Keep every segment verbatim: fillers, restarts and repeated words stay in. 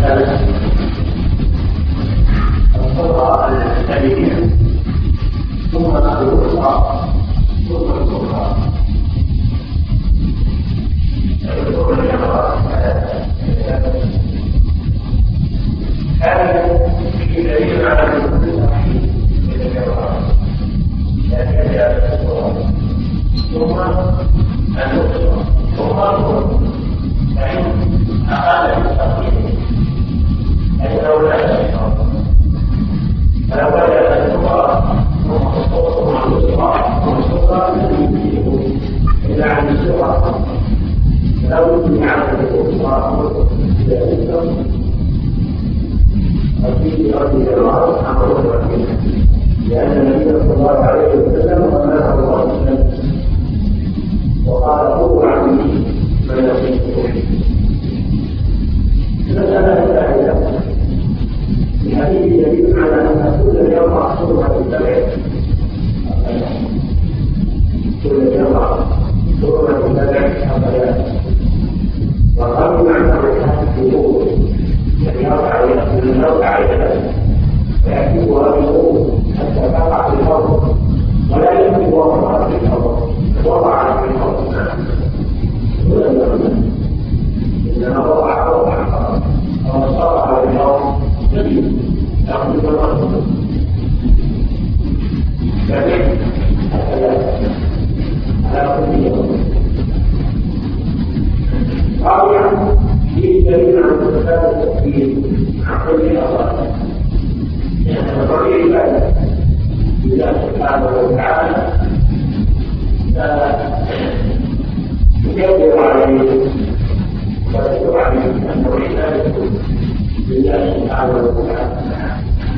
الصغرى الثانية ثم الوسطى ثم الصغرى. هذا في دليل على ثم النصر ثم النصر فإن أقال بالتقليد أنه لا يشعر فلو وجد النصر ثم النصر ثم النصر إلا عن السرعة فلو يمكن عن النصر أكيد رضي الله عنه لأن النبي صلى الله عليه وسلم أمره الله وسلم وقال هو عني من يصيبه المسألة الثانية في حديث دليل على أن كل يوم حرمة السبع كل يوم حرمة السبع حصيات وقالوا عنه الحديث يقول الذي يرفع من يرفع إليه فيكتبها بالقوة حتى تقع في الأرض ولا يمكن وضعها في الأرض وضعها في الأرض إنما وضعها وضعها أو صرها في الأرض جميل يأخذ الأرض لكن على كل يوم رابعا في دليل عن صفات التكفير عن كل أصابع لأن الرجل عبادة لله سبحانه وتعالى يكبر عليه ويذكر عليه أنه عبادة لله سبحانه وتعالى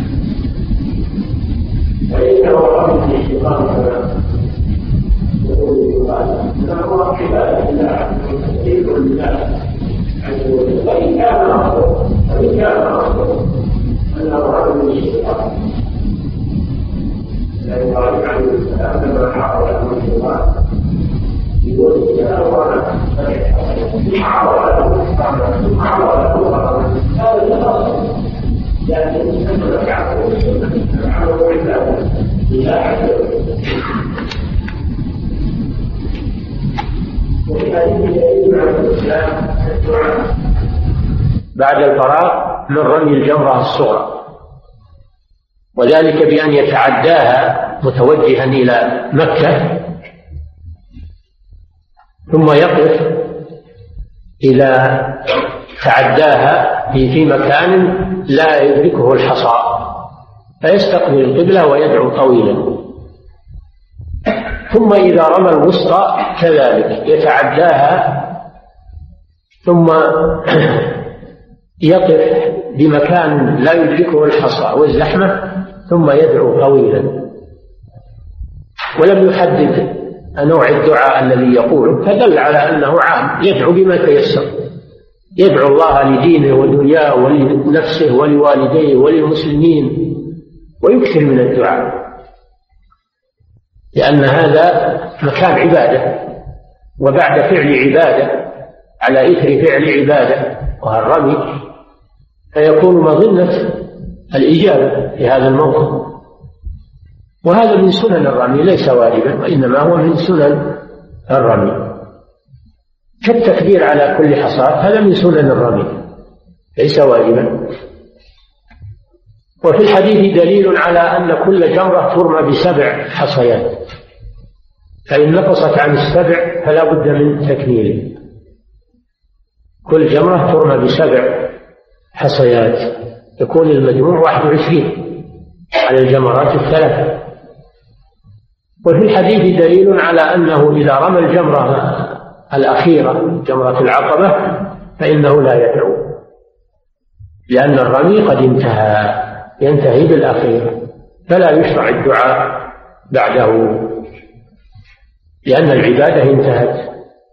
فإنه رب من الشيطان كما يقول الشيطان إنه هو عبادة لله وتكبير لله عز وجل وإن كان أفضل وإن كان أفضل أنه رب من الشيطان لا يقال عنه السلام لما حاول له الشيطان يقول السلام وأنا حاول له حاول له هذا الأصل لكن أنه يعرف يعرف عباده لله عز وجل. وفي هذه دليل على الإسلام الدعاء بعد الفراغ من رمي الجمرة الصغرى، وذلك بأن يتعداها متوجها إلى مكة ثم يقف إذا تعداها في مكان لا يدركه الحصى فيستقبل القبلة ويدعو طويلا، ثم إذا رمى الوسطى كذلك يتعداها ثم يقف بمكان لا يدركه الحصى والزحمة ثم يدعو طويلا، ولم يحدد نوع الدعاء الذي يقوله فدل على أنه عام يدعو بما تيسر، يدعو الله لدينه ودنياه ولنفسه ولوالديه وللمسلمين ويكثر من الدعاء، لأن هذا مكان عبادة وبعد فعل عبادة على إثر فعل عبادة وهالرمي فيكون مظنة الإجابة في هذا الموقف، وهذا من سنن الرمي ليس واجبا وإنما هو من سنن الرمي كالتكبير على كل حصاة، هذا من سنن الرمي ليس واجبا. وفي الحديث دليل على أن كل جمرة ترمى بسبع حصيات، فإن نقصت عن السبع فلا بد من تكميله، كل جمرة ترمى بسبع حصيات يكون المجموع واحد وعشرين على الجمرات الثلاثة. وفي الحديث دليل على أنه إذا رمى الجمرة الأخيرة جمرة العقبة فإنه لا يدعو، لأن الرمي قد انتهى ينتهي بالأخير فلا يشرع الدعاء بعده لأن العبادة انتهت،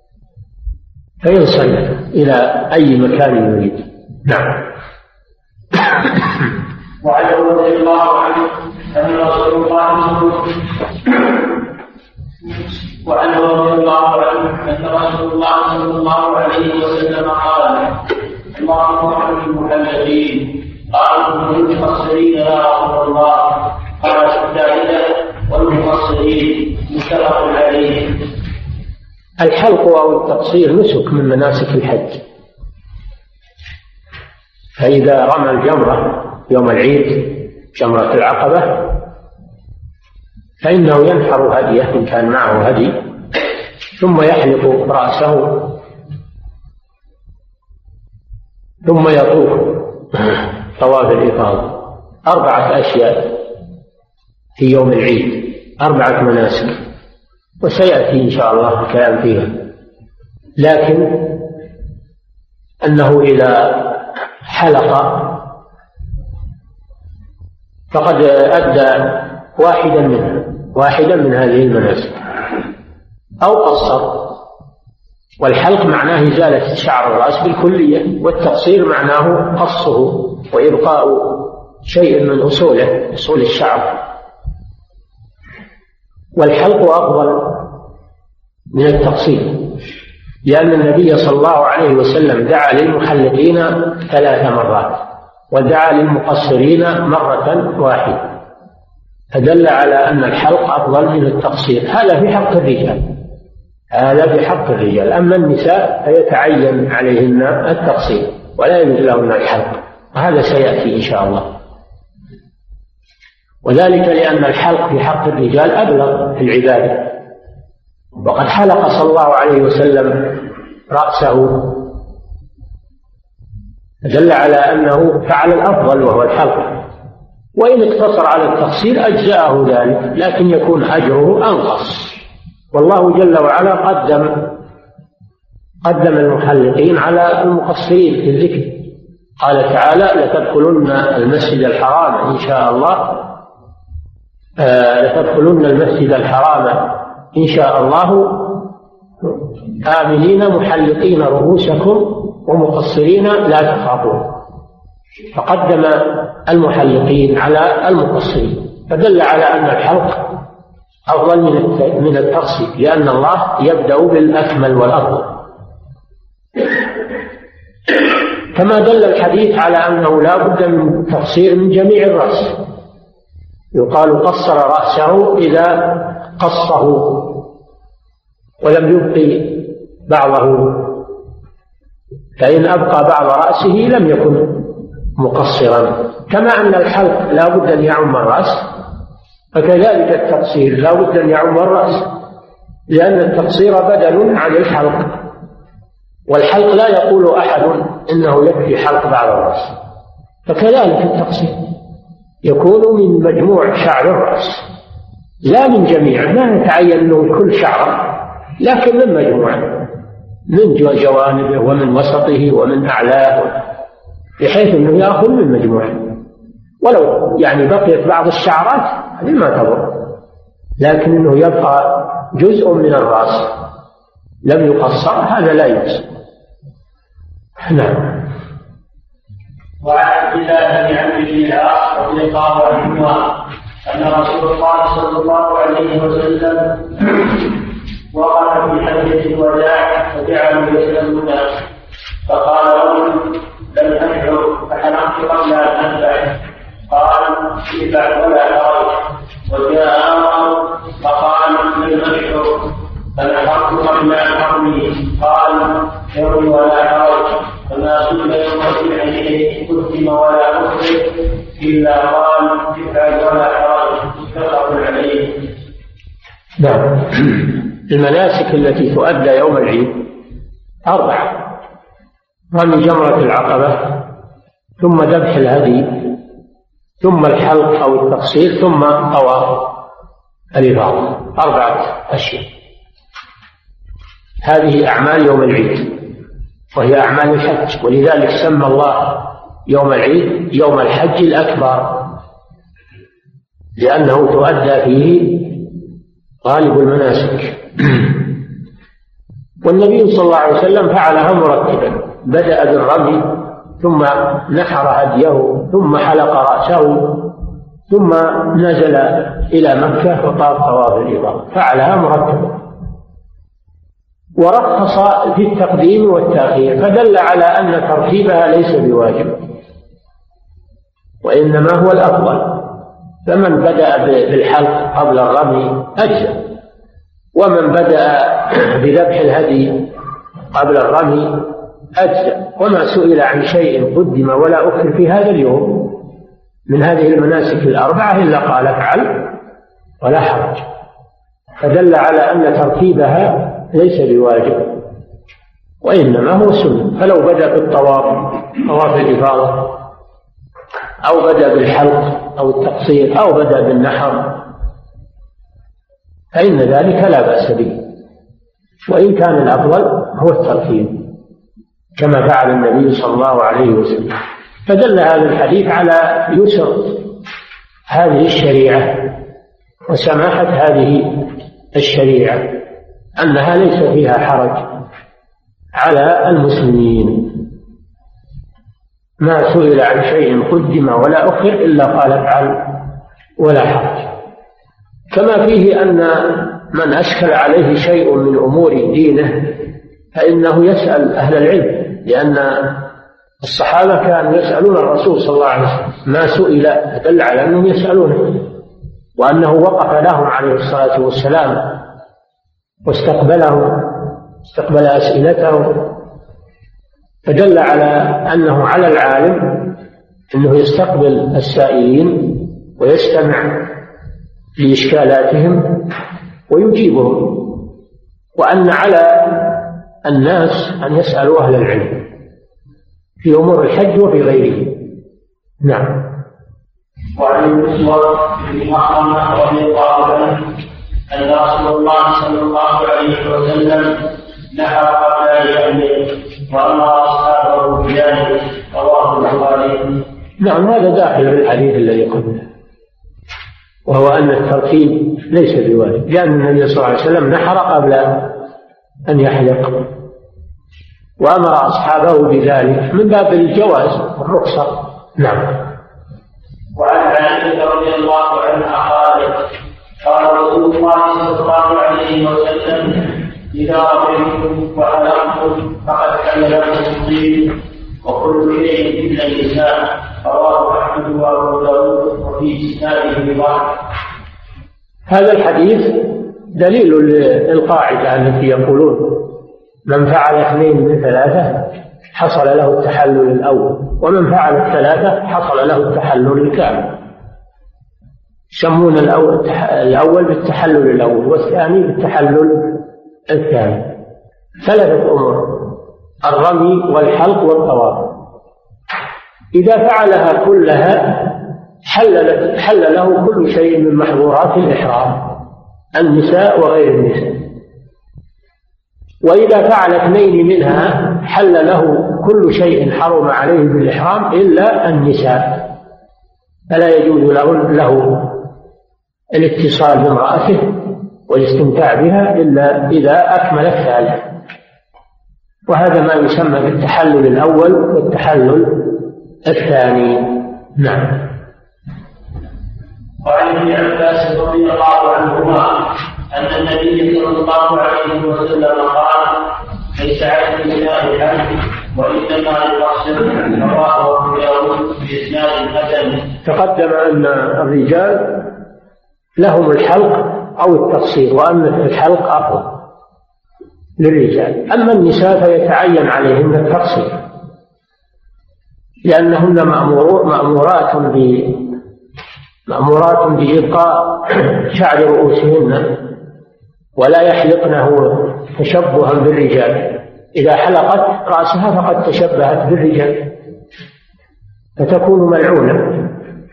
فينصرف إلى أي مكان يريد. نعم. وعن رضي الله عنه أن رسول الله وعن رضي الله عنه أن رسول الله صلى الله عليه وسلم قال: اللهم ارحم المحلقين قالوا المقصرين يا رسول الله؟ قال الثالثة والمقصرين متفق عليه. الحلق أو التقصير نسك من مناسك الحج، فإذا رمى الجمرة يوم العيد جمرة العقبة فإنه ينحر هديه إن كان معه هدي، ثم يحلق رأسه، ثم يطوف طواف الإفاضة. أربعة أشياء في يوم العيد، أربعة مناسك، وسيأتي إن شاء الله الكلام فيها. لكن أنه إذا حلق فقد أدى واحدا منها واحدا من هذه المناسك أو قصر. والحلق معناه إزالة شعر الرأس بالكلية، والتقصير معناه قصه وإبقاء شيء من أصوله، أصول الشعر. والحلق أفضل من التقصير، لأن النبي صلى الله عليه وسلم دعا للمحلقين ثلاث مرات ودعا للمقصرين مرة واحدة، فدل على أن الحلق أفضل من التقصير. هذا في حق الرجال، هذا في حق الرجال. أما النساء فيتعين عليهن التقصير ولا يجوز لهن الحلق، وهذا سيأتي إن شاء الله. وذلك لأن الحلق في حق الرجال أبلغ في العبادة، وقد حلق صلى الله عليه وسلم رأسه، دل على أنه فعل الأفضل وهو الحلق. وإن اقتصر على التقصير أجزأه ذلك، لكن يكون أجره أنقص. والله جل وعلا قدم قدم المحلقين على المقصرين في الذكر. قال تعالى: لتدخلن المسجد الحرام إن شاء الله آه لتدخلن المسجد الحرام إن شاء الله آمنين محلقين رؤوسكم ومقصرين لا تخافون. فقدم المحلقين على المقصرين، فدل على أن الحلق أفضل من التقصير، لأن الله يبدأ بالأكمل والأفضل. كما دل الحديث على أنه لا بد من تقصير من جميع الرأس، يقال قصر رأسه إذا قصه ولم يبقي بعضه، فإن أبقى بعض رأسه لم يكن مقصرا. كما أن الحلق لا بد أن يعم الرأس، فكذلك التقصير لا بد أن يعم الرأس، لأن التقصير بدل عن الحلق. والحلق لا يقول أحد إنه يكفي حلق بعض الرأس، فكذلك التقصير يكون من مجموع شعر الرأس لا من جميع، لا يتعين أنه كل شعر، لكن من مجموع، من جوانبه ومن وسطه ومن أعلاه، بحيث أنه يأخذ من مجموعه. ولو يعني بقيت بعض الشعرات هذه ما تضر، لكن أنه يبقى جزء من الرأس لم يقصر هذا لا يجوز. نعم. وعن عبد الله بن عمرو بن العاص رضي الله عنهما أن رسول الله صلى الله عليه وسلم وقف في حجة الوداع فجعلوا يسلمون، فقال رجل: لم أشعر فحلقت قبل أن أنفع. قال: افعل ولا حرج. وجاء آخر فقال: لم أشعر فنحرت قبل أن أرمي. قال: ارمي ولا حرج. فما سئل يوم عينيه كتم ولا أخرج إلا قال: افعل ولا حرج. متفق عليه. نعم. المناسك التي تؤدى يوم العيد أربعة: رمي جمرة العقبة، ثم ذبح الهدي، ثم الحلق أو التقصير، ثم طواف الإفاضة. أربعة أشياء. هذه أعمال يوم العيد وهي أعمال الحج، ولذلك سمى الله يوم العيد يوم الحج الأكبر، لأنه تؤدى فيه غالب المناسك. والنبي صلى الله عليه وسلم فعلها مرتبا، بدأ بالرمي ثم نحر هديه ثم حلق رأسه ثم نزل إلى مكة وطاف طواف الإفاضة، فعلها مرتبا. ورخص في التقديم والتأخير، فدل على أن ترتيبها ليس بواجب، وإنما هو الأفضل. فمن بدأ بالحلق قبل الرمي أجزأ، ومن بدأ بذبح الهدي قبل الرمي أجزأ. وما سئل عن شيء قدم ولا أخر في هذا اليوم من هذه المناسك الأربعة إلا قال افعل ولا حرج، فدل على أن ترتيبها ليس بواجب وإنما هو سنة. فلو بدأ بالطواف طواف الإفاضة أو بدأ بالحلق أو التقصير أو بدأ بالنحر فإن ذلك لا بأس به، وإن كان الأفضل هو الترتيب كما فعل النبي صلى الله عليه وسلم. فدل هذا الحديث على يسر هذه الشريعة وسماحة هذه الشريعة، أنها ليس فيها حرج على المسلمين. ما سئل عن شيء قدم ولا أخر إلا قال افعل ولا حرج. كما فيه أن من أشكل عليه شيء من أمور دينه فإنه يسأل أهل العلم، لأن الصحابة كانوا يسألون الرسول صلى الله عليه وسلم ما سئل، دل على أنهم يسألونه، وأنه وقف لهم عليه الصلاة والسلام واستقبلهم استقبل أسئلتهم، فدل على أنه على العالم أنه يستقبل السائلين ويستمع لإشكالاتهم ويجيبهم، وأن على الناس أن يسألوا أهل العلم في أمور الحج وفي غيره. نعم. وعن المسور بن محرم رضي الله عنه أن رسول الله صلى الله عليه وسلم نهى قبل أن يحمل وأمر أصحابه بذلك، رواه البخاري. نعم، هذا داخل في الحديث الذي قبله، وهو أن الترتيب ليس بواجب، لأن النبي صلى الله عليه وسلم نحر قبل أن يحلق وأمر أصحابه بذلك من باب الجواز والرخصة. نعم. وعن عائشة رضي الله عنها قالت قال رسول الله صلى الله عليه وسلم إذا رميتم وحلقتم فقد حل لكم الطيب وكل شيء إلا النساء، رواه أحمد وأبو داود وفي إسناده ضعف. هذا الحديث دليل للقاعدة التي يقولون من فعل اثنين من ثلاثة حصل له التحلل الأول، ومن فعل الثلاثة حصل له التحلل الكامل. يسمون الأول بالتحلل الأول والثاني بالتحلل الثاني. ثلاثة أمور: الرمي والحلق والطواف. إذا فعلها كلها حل, حل له كل شيء من محظورات الإحرام، النساء وغير النساء. وإذا فعل اثنين منها حل له كل شيء حرم عليه بالإحرام إلا النساء، فلا يجوز له, له الاتصال بامرأته والاستمتاع بها إلا إذا أكمل الثالث، وهذا ما يسمى بالتحلل الأول والتحلل الثاني. نعم. وعن ابن عباس رضي الله عنهما أن النبي صلى الله عليه وسلم قال ليس على النساء حج وإنما للرسل، رواه أبو داود بإسناد حسن. تقدم أن الرجال لهم الحلق أو التقصير، وأن الحلق أفضل للرجال، أما النساء فيتعين عليهن التقصير لأنهن مأمورات ب مأمورات بإبقاء شعر رؤوسهن ولا يحلقنه تشبها بالرجال. إذا حلقت رأسها فقد تشبهت بالرجال فتكون ملعونة.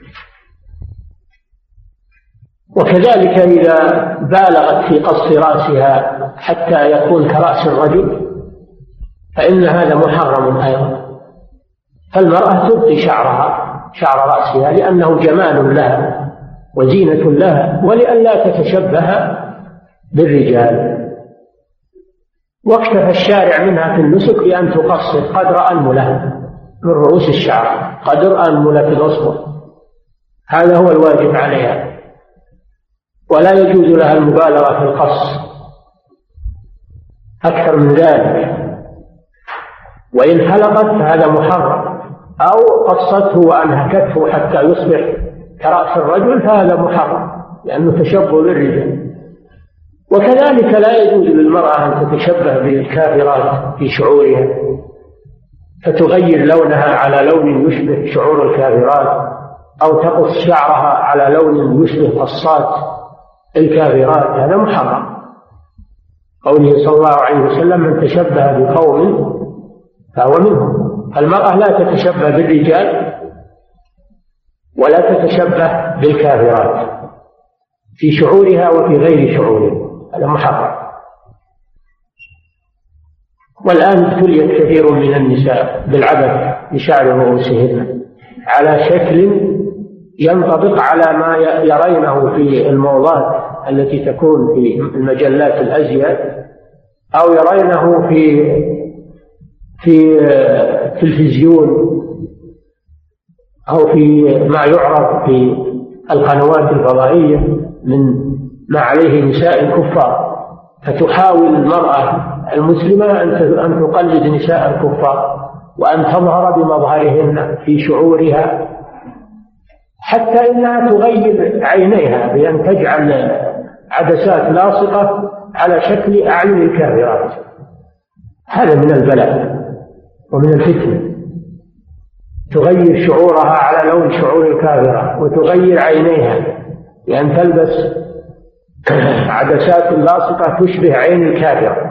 وكذلك إذا بالغت في قص رأسها حتى يكون كرأس الرجل فإن هذا محرم أيضا. فالمرأة تبقي شعرها شعر رأسها لأنه جمال لها وزينة لها، ولئلا تتشبه بالرجال. واكتفى الشارع منها في النسك بأن تقصر قدر أنملة من رؤوس الشعر، قدر أنملة الأصبع، هذا هو الواجب عليها، ولا يجوز لها المبالغة في القص أكثر من ذلك. وإن حلقت فهذا محرم أو قصته وأنهكته حتى يصبح كرأس الرجل فهذا محرم لأنه تشبه بالرجال. وكذلك لا يجوز للمرأة أن تتشبه بالكافرات في شعورها فتغير لونها على لون يشبه شعور الكافرات، أو تقص شعرها على لون يشبه قصات الكافرات، هذا محرم. قوله صلى الله عليه وسلم من تشبه بقوم فهو منهم. المرأة لا تتشبه بالرجال ولا تتشبه بالكافرات في شعورها وفي غير شعورها، هذا محرم. والآن ابتليت كثير من النساء بالعبث بشعر رؤوسهن على شكل ينطبق على ما يرينه في الموضات التي تكون في المجلات الأزياء، أو يرينه في في تلفزيون أو في ما يعرض في القنوات الفضائية من ما عليه نساء الكفار، فتحاول المرأة المسلمة أن تقلد نساء الكفار وأن تظهر بمظهرهن في شعورها، حتى إنها تغير عينيها بأن تجعل عدسات لاصقة على شكل أعين الكافرات. هذا من البلاء ومن الفتنة، تغير شعورها على لون شعور الكافرة وتغير عينيها بأن تلبس عدسات لاصقة تشبه عين الكافرة.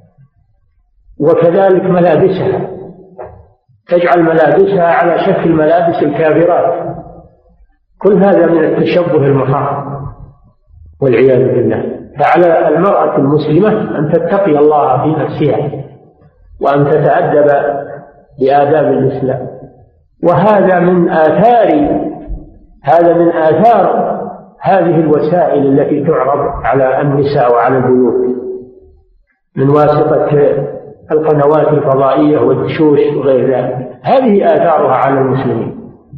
وكذلك ملابسها، تجعل ملابسها على شكل ملابس الكافرات. كل هذا من التشبه المحرم والعياذ بالله. فعلى المرأة المسلمة أن تتقي الله في نفسها وأن تتأدب بآداب الإسلام. وهذا من آثار هذا من آثار هذه الوسائل التي تعرض على النساء وعلى البيوت من واسطة القنوات الفضائية والدشوش وغير ذلك. هذه آثارها على المسلمين،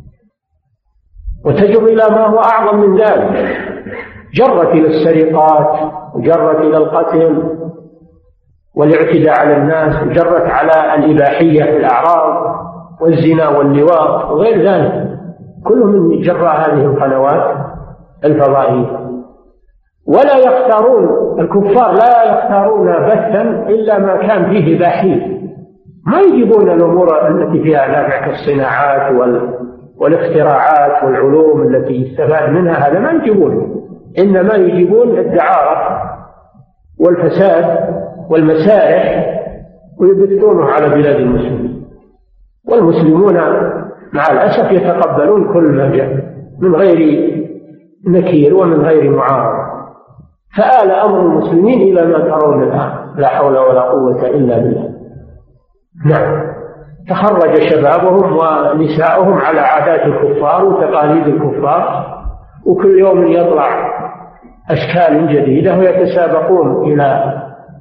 وتجر إلى ما هو أعظم من ذلك، جرت إلى السرقات وجرت إلى القتل والاعتداء على الناس، وجرت على الإباحية في الأعراض والزنا واللواط وغير ذلك، كل من جراء هذه القنوات الفضائية. ولا يختارون الكفار لا يختارون بثا إلا ما كان فيه إباحية، ما يجيبون الأمور التي فيها نافع كالصناعات والاختراعات والعلوم التي يستفاد منها، هذا ما يجيبون، إنما يجيبون الدعارة والفساد والمسارح ويبثونه على بلاد المسلمين. والمسلمون مع الأسف يتقبلون كل ما جاء من غير نكير ومن غير معارضة. فآل أمر المسلمين إلى ما ترون الآن، لا حول ولا قوة إلا بالله. نعم، تخرج شبابهم ونساؤهم على عادات الكفار وتقاليد الكفار، وكل يوم يطلع أشكال جديدة ويتسابقون إلى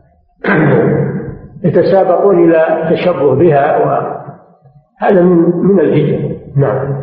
يتسابقون إلى التشبه بها، وهذا من من الفتن. نعم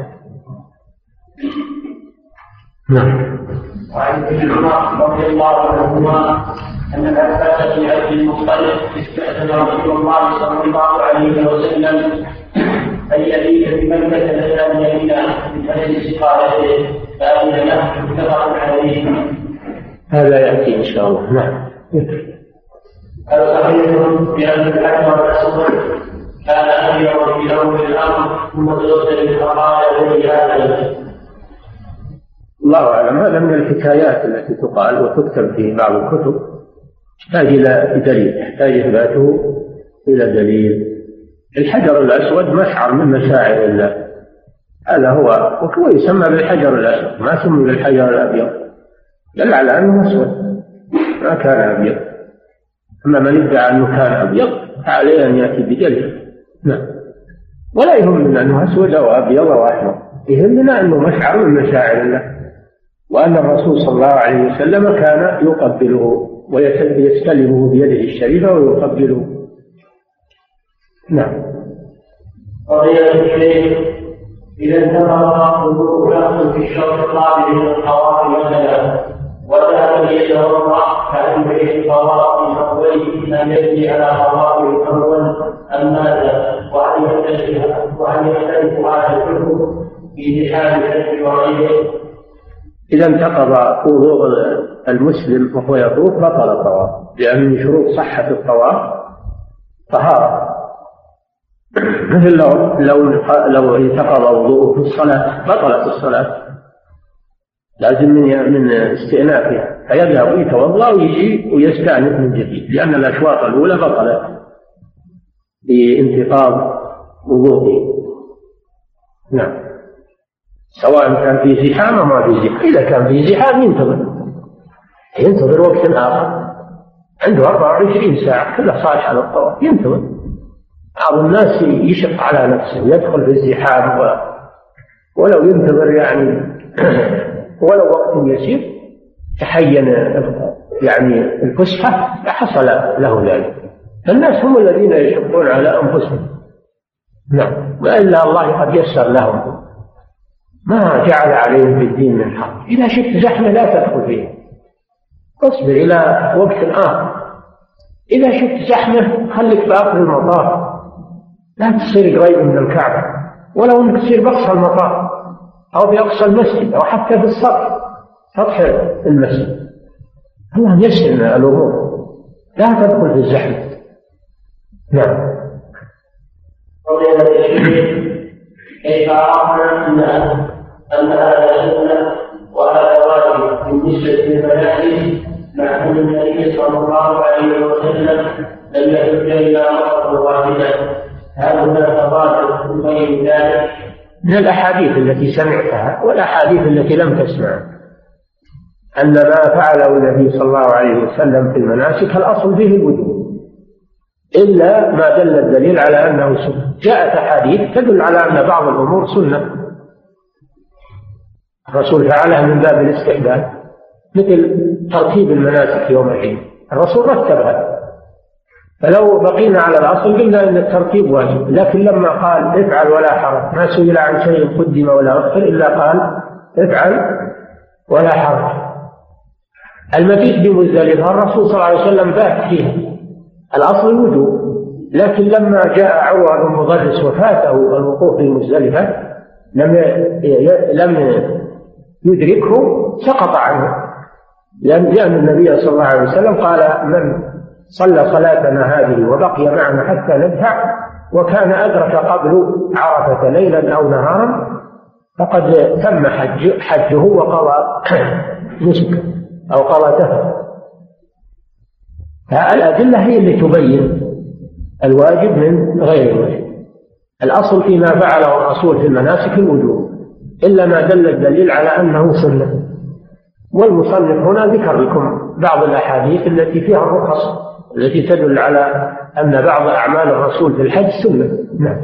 نعم. وعن ابن عمر رضي الله عنهما أن العباس بن عبد المطلب استأذن رسول الله صلى الله عليه وسلم أن يبيت بمكة ليالي منى من أجل سقايته فأذن له متفق عليه. هذا يأتي إن شاء الله. نعم. هل صحيح بأن الحجر الأسود كان أبيض في أول الأمر ثم تغسل الخطايا بهذا؟ الله أعلم. هذا من الحكايات التي تقال وتكتب في بعض الكتب، يحتاج إلى دليل، يحتاج إثباته إلى دليل. الحجر الأسود مشعر من مشاعر الله، هذا هو، وهو يسمى بالحجر الأسود، ما سمي بالحجر الأبيض، دل على أنه أسود ما كان أبيض. أما من ادعى أنه كان أبيض فعليه أن يأتي بدليل. نعم. ولا يهمنا أنه أسود أو أبيض أو أحمر، يهمنا أنه مشعر من مشاعر الله، وأن الرسول صلى الله عليه وسلم كان يقبله ويستلمه بيده الشريفة ويقبله. نعم. قضية الشيخ إذا انتهى الوضوء يأخذ في الشوط القابل من الطواف ولا وذهب يتوضأ كأن به الطواف في فضله أن يجري على طوافه الأول أم ماذا؟ وهل يختلف وهل يختلف هذا الحكم في زحام الحج وغيره؟ إذا انتقض وضوء المسلم وهو يطوف بطل الطواف، لأن من شروط صحة الطواف طهارة. مثل لو لو لو انتقض وضوءه في الصلاة بطلت الصلاة، لازم من من استئنافها، فيذهب يتوضأ ويجي ويستأنف من جديد، لأن الأشواط الأولى بطلت بانتقاض وضوءه. نعم، سواء كان في زحام أو ما في زحام. إذا كان في زحام ينتظر ينتظر وقت آخر، عنده أربعة وعشرين ساعة كلها صالحة للطواف، ينتظر. بعض الناس يشق على نفسه يدخل في الزحام و... ولو ينتظر يعني ولو وقت يسير تحين يعني الفسحة لحصل له ذلك. فالناس هم الذين يشقون على أنفسهم. نعم، وإلا الله قد يسر لهم، ما جعل عليهم في الدين من حق. إذا شفت زحمة لا تدخل فيها، اصبر إلى وقت آخر. إذا شفت زحمة خليك في آخر المطاف، لا تصير قريب من الكعبة، ولو أنك تصير بأقصى المطاف أو بأقصى المسجد أو حتى في السطح سطح المسجد. الله يسر الأمور، لا تدخل في الزحمة. نعم. كيف عرفنا أن أن هذا سنة وهذا واجب بالنسبة للمناسك، مع أن النبي صلى الله عليه وسلم لم يحج إلا مرة واحدة؟ هل هناك تضاد بين ذلك؟ من الأحاديث التي سمعتها والأحاديث التي لم تسمع أن ما فعله النبي صلى الله عليه وسلم في المناسك الأصل فيه الوجوب، إلا ما دل الدليل على أنه سنة. جاءت أحاديث تدل على أن بعض الأمور سنة الرسول فعلها من باب الاستحباب، مثل ترتيب المناسك يوم العيد الرسول رتبها، فلو بقينا على الأصل قلنا أن الترتيب واجب. لكن لما قال افعل ولا حرج، ما سئل عن شيء قدم ولا أخر إلا قال افعل ولا حرج. المبيت بمزدلفة الرسول صلى الله عليه وسلم بات فيها، الأصل الوجوب، لكن لما جاء عروة بن مضرس وفاته الوقوف في مزدلفة لم لم يدركه سقط عنه، لأن النبي صلى الله عليه وسلم قال من صلى صلاتنا هذه وبقي معنا حتى ندفع وكان أدرك قبل عرفة ليلا أو نهارا فقد تم حج حجه وقضى نسك أو قضى تفر. الأدلة هي اللي تبين الواجب من غير الواجب. الأصل فيما فعله الرسول في المناسك الوجوب، إلا ما دل الدليل على أنه سنة. والمصنف هنا ذكر لكم بعض الأحاديث التي فيها الرخص التي تدل على أن بعض أعمال الرسول في الحج سنة. نعم،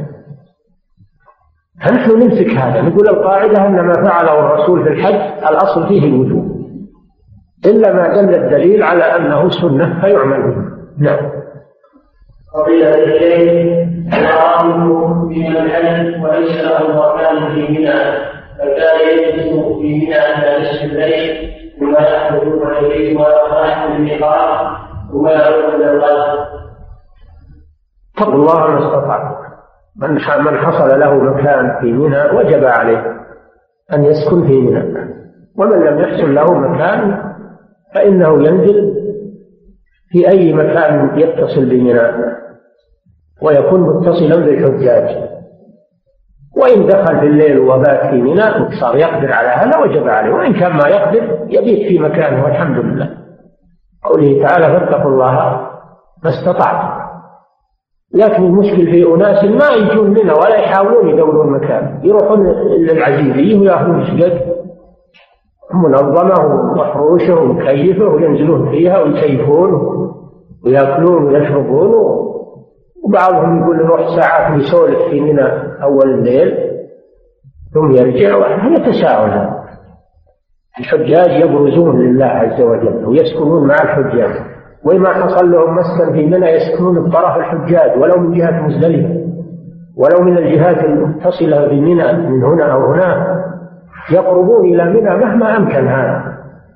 فنحن نمسك هذا، نقول القاعدة أن ما فعله الرسول في الحج الأصل فيه الوجوب، إلا ما دل الدليل على أنه سنة فيعمل به. نعم. قضية الشيء حرامه من الحج وليس له مكان في منى، فكان يجلس في منى إلى نصف الليل ثم يحملون إليه ويخرج الميقات ثم يعود إلى الغد. اتقوا الله ما استطعتم. من حصل له مكان في منى وجب عليه أن يسكن في منى، ومن لم يحصل له مكان فإنه ينزل في أي مكان يتصل بمنى ويكون متصلا بالحجاج. وإن دخل في الليل وبات في منى صار يقدر على هذا وجب عليه، وإن كان ما يقدر يبيت في مكانه والحمد لله. قوله تعالى فاتقوا الله ما استطعتم. لكن المشكل في أناس ما يجون منى ولا يحاولون يدورون مكان، يروحون للعزيزية ويأخذون شقق منظمة ومفروشة ومكيفة وينزلون فيها ويكيفون ويأكلون ويشربون، وبعضهم يقول نروح ساعات يسولف في منى أول الليل ثم يرجع. هذا تساهل. الحجاج يبرزون لله عز وجل ويسكنون مع الحجاج، وما حصل لهم مسكن في منى يسكنون بطرف الحجاج ولو من جهة مزدلفة ولو من الجهات المتصلة بمنى من هنا أو هناك، يقربون إلى منى مهما أمكن. هذا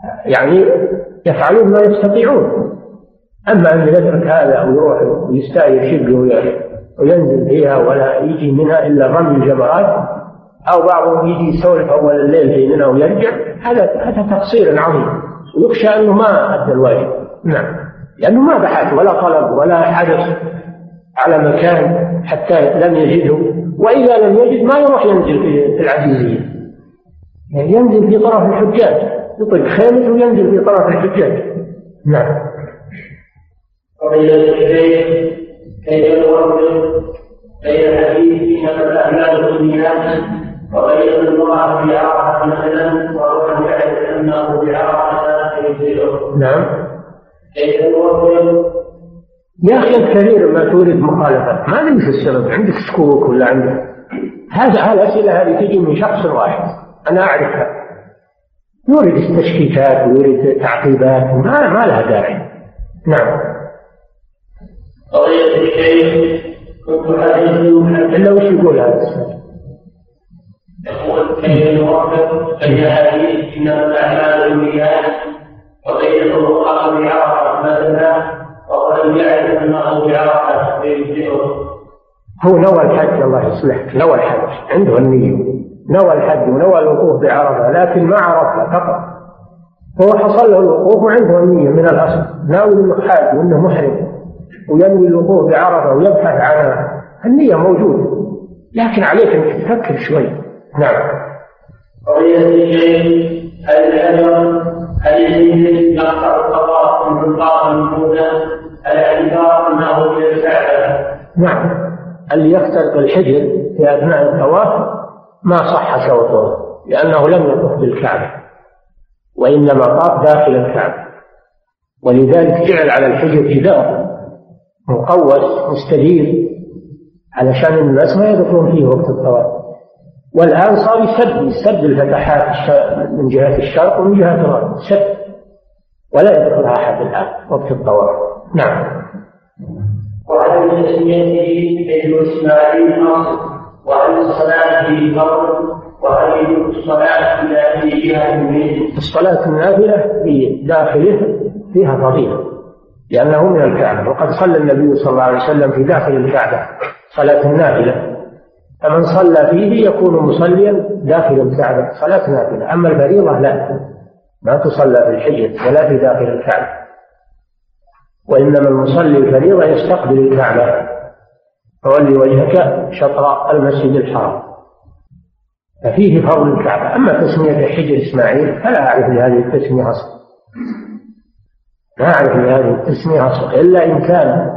يعني يفعلون ما يستطيعون. أما أن يترك هذا أو يروح ويستأجر شقة وينزل فيها ولا يجي منها إلا رمي الجمرات، أو بعضهم يجي يسولف أول الليل بيننا ويرجع، هذا هذا تقصير عظيم، ويخشى أنه ما أدى الواجب. نعم، لأنه ما بحث ولا طلب ولا حدث على مكان حتى لم يجده، وإذا لم يجد ما يروح ينزل في العزيزية، يعني ينزل في طرف الحجاج، يطلق خيمه وينزل في طرف الحجاج. نعم. قضية الشيخ كيف نوفق بين الحديث إنما الأعمال بالنيات وبين المرأة بعرفة مثلا وهو يعرف أنه بعرفة فيجزئه. نعم. كيف نوفق؟ يا أخي الكثير ما تورد مخالفة، ما ادري في السبب، عندك شكوك ولا عندك هذا؟ الأسئلة هذه تجي من شخص واحد أنا أعرفها، يورد تشكيكات ويورد تعقيبات ما ما لها داعي. نعم. قضية الشيخ كنت حديث إلا وش يقول هذا السؤال؟ يقول كيف نوفق بين حديث إنما الأعمال بالنيات وبين المرأة بعرفة مثلا وقد يعرف أنه بعرفة فيجزئه. هو نوى الحج، الله يصلحك، نوى الحج، عنده النية، نوى الحج ونوى الوقوف بعرفة، لكن ما عرفها فقط، هو حصل له الوقوف وعنده النية من الأصل، ناوي أنه حاج وأنه محرم وينوي الوقوف بعرفة ويبحث عنها، النية موجودة، لكن عليك أن تفكر شوي. نعم. قضية الشيخ هل الحجر هل يجوز يقطع الطواف من الطواف الموجودة الاعتبار أنه من الكعبة؟ نعم، اللي يخترق الحجر في أثناء الطواف ما صح شوطه، لأنه لم يطف بالكعبة وإنما طاف داخل الكعبة، ولذلك جعل على الحجر جدار مقوس مستدير علشان الناس ما يدخلون فيه وقت الطواف. والآن صار يسد يسد الفتحات من جهة الشرق ومن جهة الغرب، سد ولا يدخلها أحد الآن وقت الطواف. نعم. وعن تسميته ابن إسماعيل أصل، وعن الصلاة في فرض، وعن الصلاة في جهة منه. الصلاة النافلة في داخله فيها فضيلة لأنه من الكعبة، وقد صلى النبي صلى الله عليه وسلم في داخل الكعبة صلاة النافلة، فمن صلى فيه يكون مصليا داخل الكعبة صلاة نافلة. أما الفريضة لا، ما تصلى في الحجر ولا في داخل الكعبة، وإنما المصلي الفريضة يستقبل الكعبة، فولي وجهك شطر المسجد الحرام، ففيه فضل الكعبة. أما تسمية حجر إسماعيل فلا أعرف لهذه التسمية أصلا، ما أعرف لهذه التسمية أصلا، إلا إن كان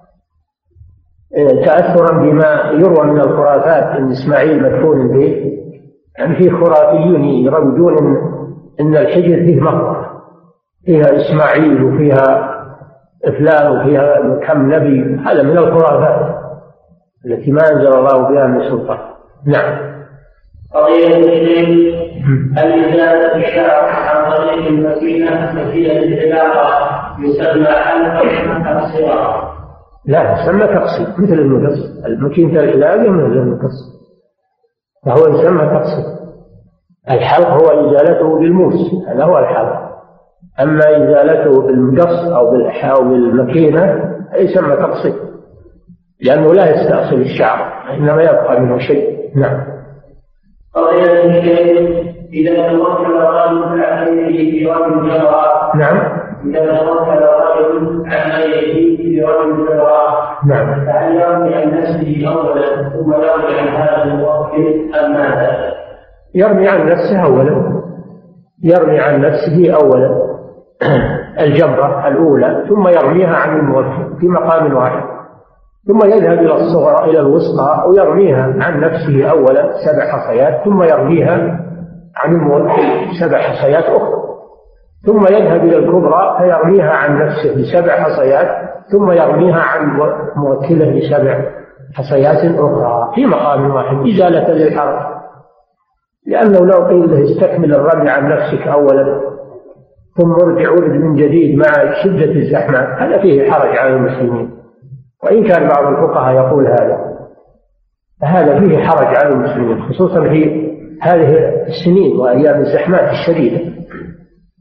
تأثرا بما يروى من الخرافات أن إسماعيل مدفون به، يعني فيه خرافيون يروجون إن, إن الحجر فيه مقبرة فيها إسماعيل وفيها فلان وفيها كم نبي، هذا من الخرافات التي ما أنزل الله بها من سلطان. نعم. قضية الشيخ الإزالة الشعر عن طريق المكينة مكينة العلاقة يسمى حلقة الصغار. لا، يسمى تقصير مثل المقص، المكينة العلاقة مثل المقص، فهو يسمى تقصير. الحلق هو إزالته بالموس، هذا هو الحلق. أما إزالته بالمقص أو بالمكينة يسمى تقصير، لأنه لا يستأصل الشعر إنما يبقى منه شيء. نعم. قضية الشيخ إذا توكل رجل عن غيره في رجل جرى. نعم. إذا توكل رجل عن غيره في رجل جرى. نعم. فهل يرمي عن نفسه أولا ثم يرمي عن هذا الموكل أم ماذا؟ يرمي عن نفسه أولا، يرمي عن نفسه أولا الجمرة الأولى، ثم يرميها عن الموكل في مقام واحد، ثم يذهب إلى الصغرى إلى الوسطى ويرميها عن نفسه أولا سبع حصيات، ثم يرميها عن الموكل سبع حصيات أخرى، ثم يذهب إلى الكبرى فيرميها عن نفسه بسبع حصيات، ثم يرميها عن موكله بسبع حصيات أخرى في مقام واحد إزالة للحرج. لأنه لو قيل له استكمل الرمي عن نفسك أولا ثم ارجع ولد من جديد مع شدة الزحمة، هذا فيه حرج على المسلمين، وإن كان بعض الفقهاء يقول هذا، فهذا فيه حرج على المسلمين خصوصا في هذه السنين وأيام الزحمات الشديدة.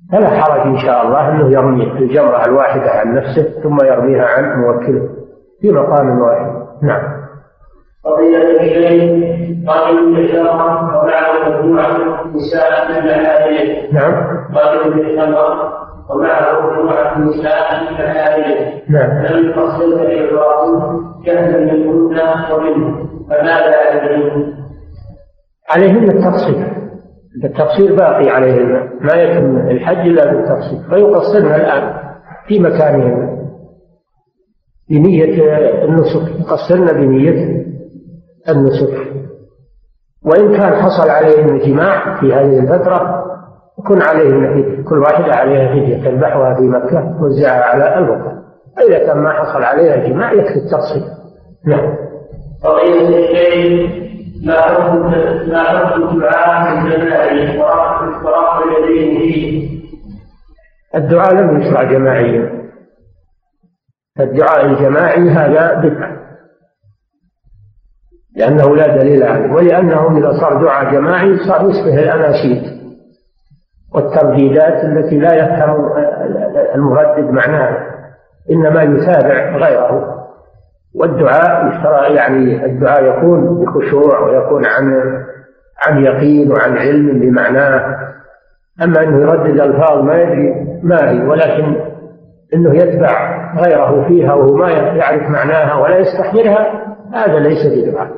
فلا حرج إن شاء الله أنه يرمي الجمرة الواحدة عن نفسه ثم يرميها عن موكله في مقام واحد. نعم. قضية الشيء قاتل الشرع ومعه مجموعة نساء من محارمه. نعم. قاتل الشرع ومعه مجموعة نساء من محارمه. نعم. لم يفصل الإعراب جهلا منهن ومنه، فماذا عليهم؟ عليهن التفصيل، التفصيل باقي عليهن، ما يتم الحج إلا بالتفصيل، فيقصرن الآن في مكانهن بنية النسك، يقصرن بنية النسك. وإن كان حصل عليهن جماع في هذه الفترة يكون عليهن فدية، كل واحدة عليها فدية تذبحها في مكة توزعها على البقرة. إذا كان ما حصل عليها جماع يكفي التفصيل. نعم. قضية الشيء لا حكم لا حكم الدعاء من جماعي ورفع اليدين فيه. الدعاء لم يشرع جماعيا، الدعاء الجماعي هذا بدعة لأنه لا دليل عليه، ولأنه إذا صار دعاء جماعي صار يشبه الأناشيد والترديدات التي لا يفهم المردد معناها، إنما يتابع غيره. والدعاء يشترى يعني الدعاء يكون بخشوع ويكون عن عن يقين وعن علم بمعناه. أما أنه يردد ألفاظ ما يدري ما هي، ولكن أنه يتبع غيره فيها وهو ما يعرف معناها ولا يستحضرها، هذا ليس بدعاء.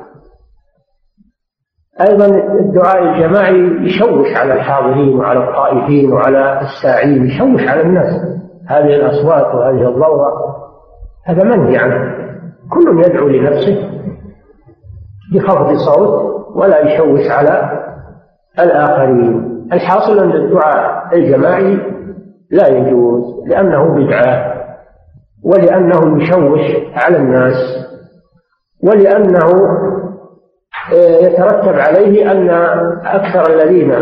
أيضا الدعاء الجماعي يشوش على الحاضرين وعلى الطائفين وعلى الساعين، يشوش على الناس، هذه الأصوات وهذه الضوضاء، هذا منهي عنه. كل يدعو لنفسه بخفض صوت ولا يشوش على الآخرين. الحاصل أن الدعاء الجماعي لا يجوز لأنه بدعة، ولأنه يشوش على الناس، ولأنه يترتب عليه أن أكثر الذين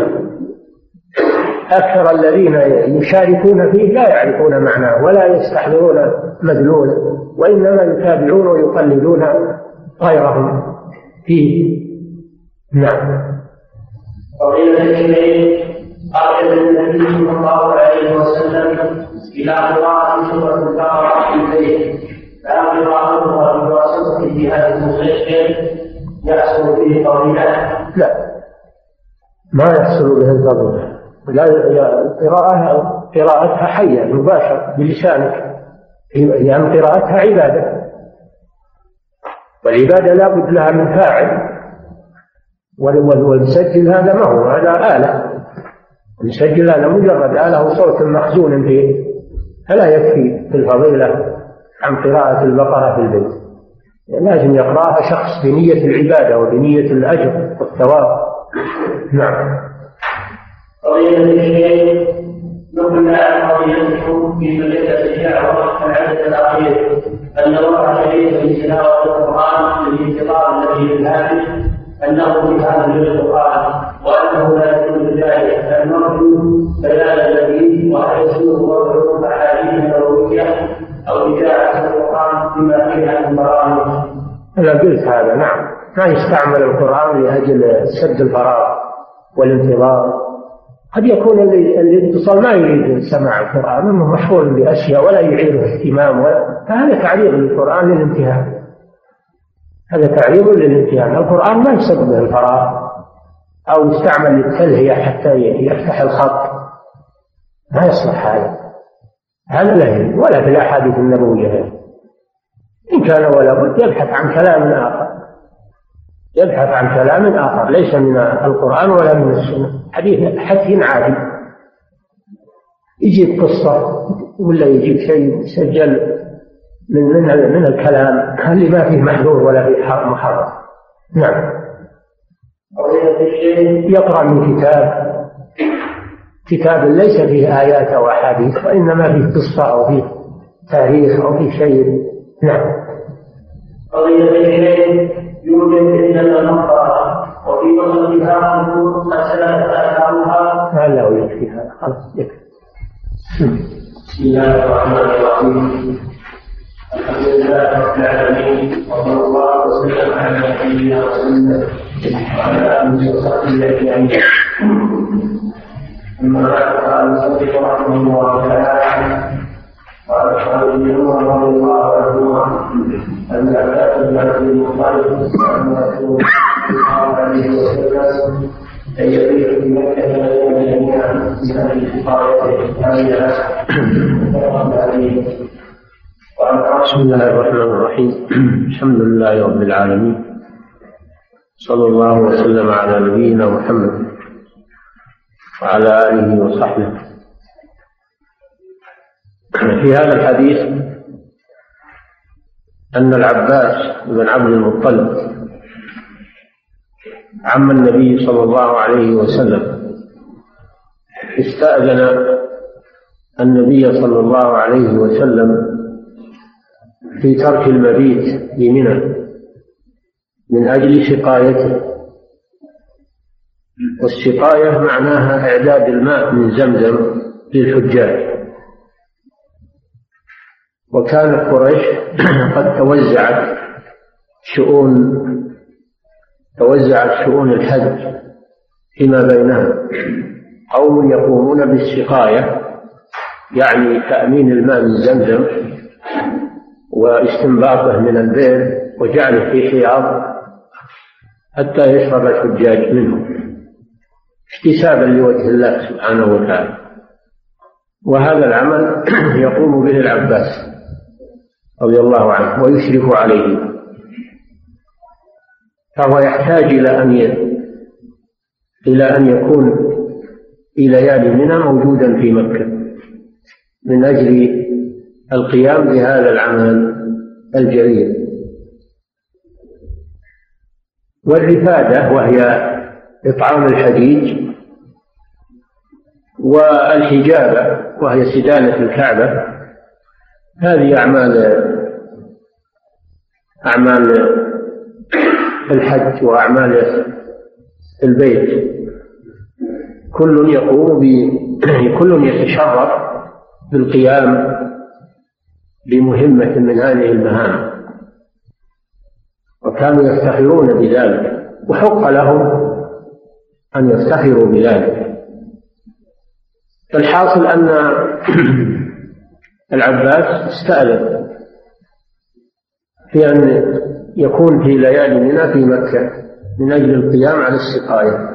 أكثر الذين يشاركون فيه لا يعرفون معناه ولا يستحضرون مدلوله، وإنما يتابعون ويقلدون غيرهم فيه. نعم. قضية الشيء أرشد النبي صلى الله عليه وسلم إلى قراءة سورة البقرة في البيت، فهل قراءتها بواسطة جهاز مسجل يحصل فيه فضيلة؟ لا، ما يحصل به الفضيلة. لا، قراءتها قراءتها حية مباشرة بلسانك، يعني قراءتها عبادة، والعبادة لا بد لها من فاعل، والمسجل هذا ما هو، هذا آلة. المسجل هذا مجرد آلة وصوت مخزون فيه، فلا يكفي في الفضيلة عن قراءة البقرة في البيت، لازم يقرأها شخص بنية العبادة وبنية الأجر والثواب. نعم. قضية الشيء نقل عن قضيته في مجلة الشعر العدد الأخير أن الله شريك في تلاوة القرآن للانتقال الذي بالهاتف أنه في هذا القرآن، وأنه لا يكون ذلك المرجو بيان الذي ويسوق وضع أحاديث نبوية أو إذاعة القرآن بما فيها من برامج. أنا قلت هذا. نعم، ما يستعمل القرآن لأجل سد الفراغ والانتظار. قد يكون الاتصال ما يريد سماع القرآن، انه مشغول باشياء ولا يعيره اهتمام، ولا فهذا تعريض للقرآن للامتهان، هذا تعريض للامتهان. القرآن ما يسبب الفراغ او يستعمل للتلهية حتى يفتح الخط، ما يصلح هذا، هذا لا يلي ولا في الاحاديث النبوية. ان كان ولا بد يبحث عن كلام اخر، يبحث عن كلام آخر ليس من القرآن ولا من السنة، حديث حديث عادي، يجيب قصة ولا يجيب شيء سجل من من من الكلام اللي ما فيه محذور ولا فيه محرم. نعم. يقرأ من كتاب كتاب ليس فيه آيات أو أحاديث، وإنما فيه قصة أو فيه تاريخ أو فيه شيء. نعم. يوجد إلا المقرأة وفي وسطها نقول مسألة أحكامها. ما لا يكفي هذا، خلاص يكفي. بسم الله الرحمن الرحيم. الحمد لله رب العالمين، وصلى الله وسلم على نبينا محمد وعلى آله وصحبه أجمعين. ثم قال المصنف رحمه الله تعالى قال الخالدي عمر رضي الله عنهما ان عباس بن عبد المطلب سال رسول الله عليه وسلم ان يبيت في مكه ليلا جميعا من اجل سقايته هذه بسم الله الرحمن الرحيم. الحمد لله رب العالمين، صلى الله وسلم على نبينا محمد وعلى آله وصحبه. في هذا الحديث أن العباس بن عبد المطلب عم النبي صلى الله عليه وسلم استأذن النبي صلى الله عليه وسلم في ترك المبيت بمنى من أجل سقايته. والسقاية معناها إعداد الماء من زمزم للحجاج. وكانت قريش قد توزعت شؤون توزعت شؤون الحج فيما بينها، قوم يقومون بالسقاية يعني تأمين الماء من زمزم واستنباطه من البئر وجعله في حياض حتى يشرب الحجاج منه احتسابا لوجه الله سبحانه وتعالى. وهذا العمل يقوم به العباس رضي الله عنه ويشرف عليه، فهو يحتاج إلى أن إلى أن يكون في ليالي منى موجودا في مكة من أجل القيام بهذا العمل الجليل. والرفادة وهي إطعام الحجيج، والحجابة وهي سدانة الكعبة، هذه أعمال أعمال الحج وأعمال البيت. كل يقوم ب كل يتشرف بالقيام بمهمة من هذه المهام، وكانوا يفتخرون بذلك وحق لهم أن يفتخروا بذلك. فالحاصل أن العباس استأذن في أن يكون في ليالي منى في مكة من أجل القيام على السقاية،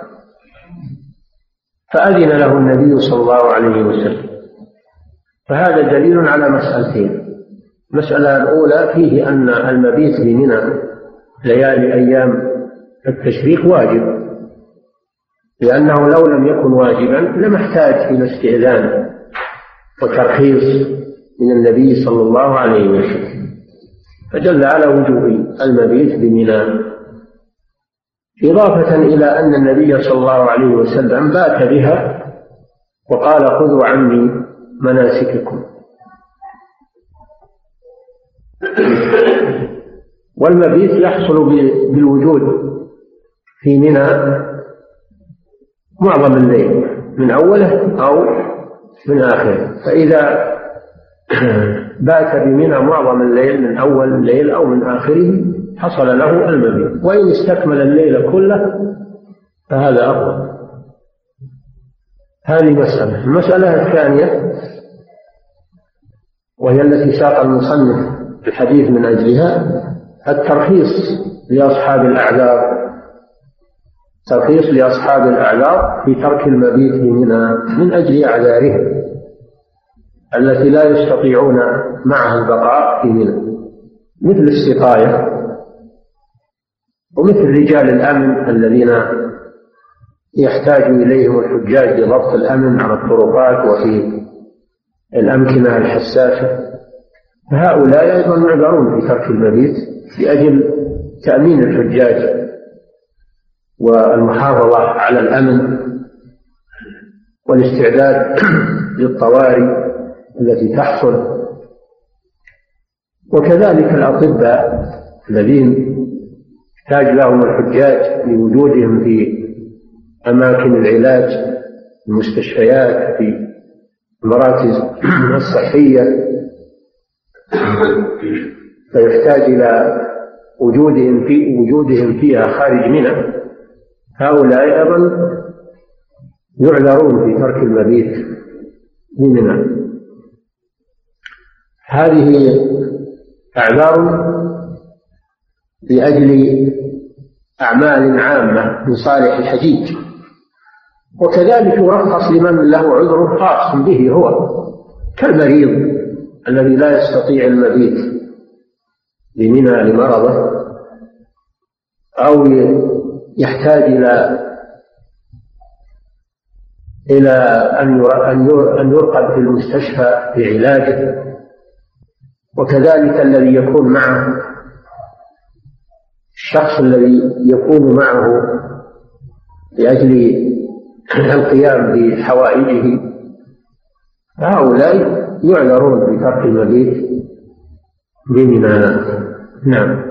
فأذن له النبي صلى الله عليه وسلم. فهذا دليل على مسألتين: المسألة الأولى فيه أن المبيت في منى ليالي أيام التشريق واجب، لأنه لو لم يكن واجبا لما احتاج إلى استئذان وترخيص من النبي صلى الله عليه وسلم، فدل على وجوب المبيت بمنى، إضافة إلى أن النبي صلى الله عليه وسلم بات بها وقال: خذوا عني مناسككم. والمبيت يحصل بالوجود في منى معظم الليل من أوله أو من آخره، فإذا بات بمنى معظم الليل من أول الليل أو من آخره حصل له المبيت، وإن استكمل الليل كله فهذا أفضل. هذه مسألة. المسألة الثانية وهي التي ساق المصنف الحديث من أجلها: الترخيص لأصحاب الأعذار ترخيص لأصحاب الأعذار في ترك المبيت في منى من أجل أعذارهم التي لا يستطيعون معها البقاء في منى، مثل السقاية ومثل رجال الأمن الذين يحتاج إليهم الحجاج لضبط الأمن على الطرقات وفي الأمكنة الحساسة، فهؤلاء أيضا معذرون في ترك المبيت لأجل تأمين الحجاج والمحافظة على الأمن والاستعداد للطوارئ التي تحصل. وكذلك الأطباء الذين يحتاج لهم الحجاج لوجودهم في أماكن العلاج، المستشفيات، في المراكز الصحية، فيحتاج إلى وجودهم في وجودهم فيها خارج منى. هؤلاء أيضا يعذرون في ترك المبيت بمنى. هذه أعذار لأجل أعمال عامة من صالح الحجيج، وكذلك يرخص لمن له عذر خاص به هو، كالمريض الذي لا يستطيع المبيت بمنى لمرضه، أو يحتاج إلى إلى أن يرقد في المستشفى في علاجه، وكذلك الذي يكون معه الشخص الذي يكون معه لأجل القيام بحوائجه، هؤلاء يعذرون بترك المبيت بمنى. نعم.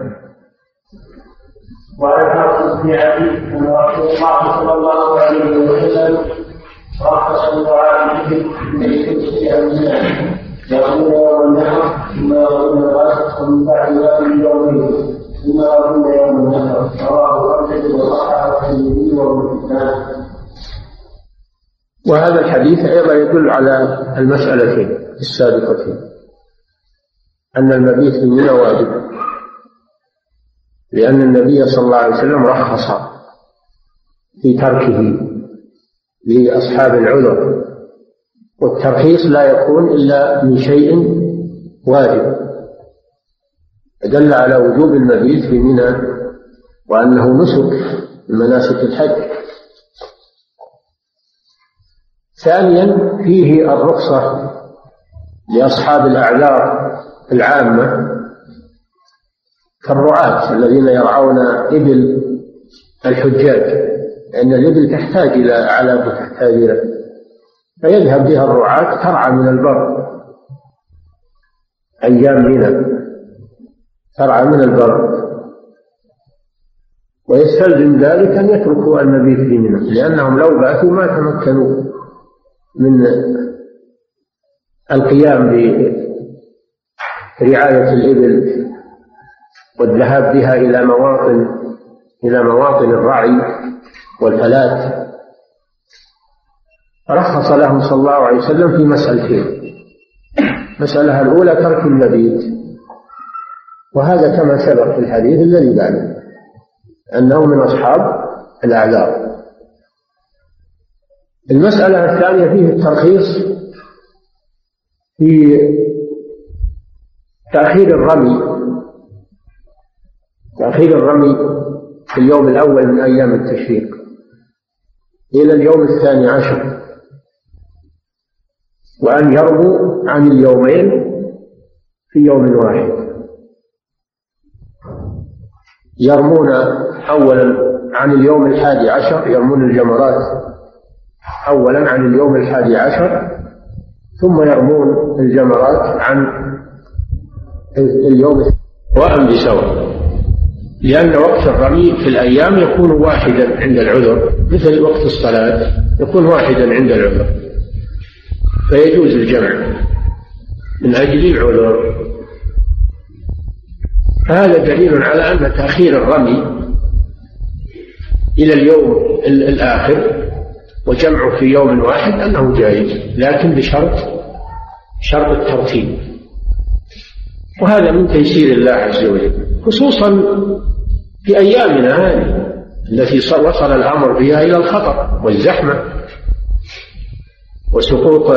وعن حافظ بن عدي أن رسول الله صلى الله عليه وسلم رخص لطعامهم يصوم يوم النحر ثم يصوم الغد ومن بعد ذلك يومين ثم يصوم يوم النحر. رواه أحمد وصححه الترمذي وابن حبان. وهذا الحديث أيضا يدل على المسألتين السابقتين، أن المبيت بمنى واجب، لأن النبي صلى الله عليه وسلم رخص في تركه لأصحاب العذر، والترخيص لا يكون إلا من شيء واجب، دل على وجوب المبيت في منى وأنه نسك من مناسك الحج. ثانيا فيه الرخصة لأصحاب الأعذار العامة كالرعاة الذين يرعون إبل الحجاج، لأن الإبل تحتاج إلى علف وتحتاج إلى، فيذهب بها الرعاة ترعى من البر أيام منى، ترعى من البر، ويستلزم ذلك أن يتركوا المبيت في منى، لأنهم لو باتوا ما تمكنوا من القيام برعاية الإبل والذهاب بها إلى مواطن إلى مواطن الرعي والفلاة. رخص لهم صلى الله عليه وسلم في مسألتين: مسألة الأولى ترك المبيت، وهذا كما سبق في الحديث الذي بعده أنه من أصحاب الأعذار. المسألة الثانية فيه الترخيص في تأخير الرمي تأخير الرمي في اليوم الأول من أيام التشريق إلى اليوم الثاني عشر، وأن يرموا عن اليومين في يوم واحد. يرمون أولا عن اليوم الحادي عشر، يرمون الجمرات أولا عن اليوم الحادي عشر، ثم يرمون الجمرات عن اليوم وأم بسواء، لأن وقت الرمي في الأيام يكون واحدا عند العذر، مثل وقت الصلاة يكون واحدا عند العذر، فيجوز الجمع من أجل العذر. هذا دليل على أن تأخير الرمي إلى اليوم الآخر وجمعه في يوم واحد أنه جائز، لكن بشرط شرط الترتيب، وهذا من تيسير الله عز وجل، خصوصا في أيامنا هذه التي وصل الأمر بها إلى الخطر والزحمة وسقوط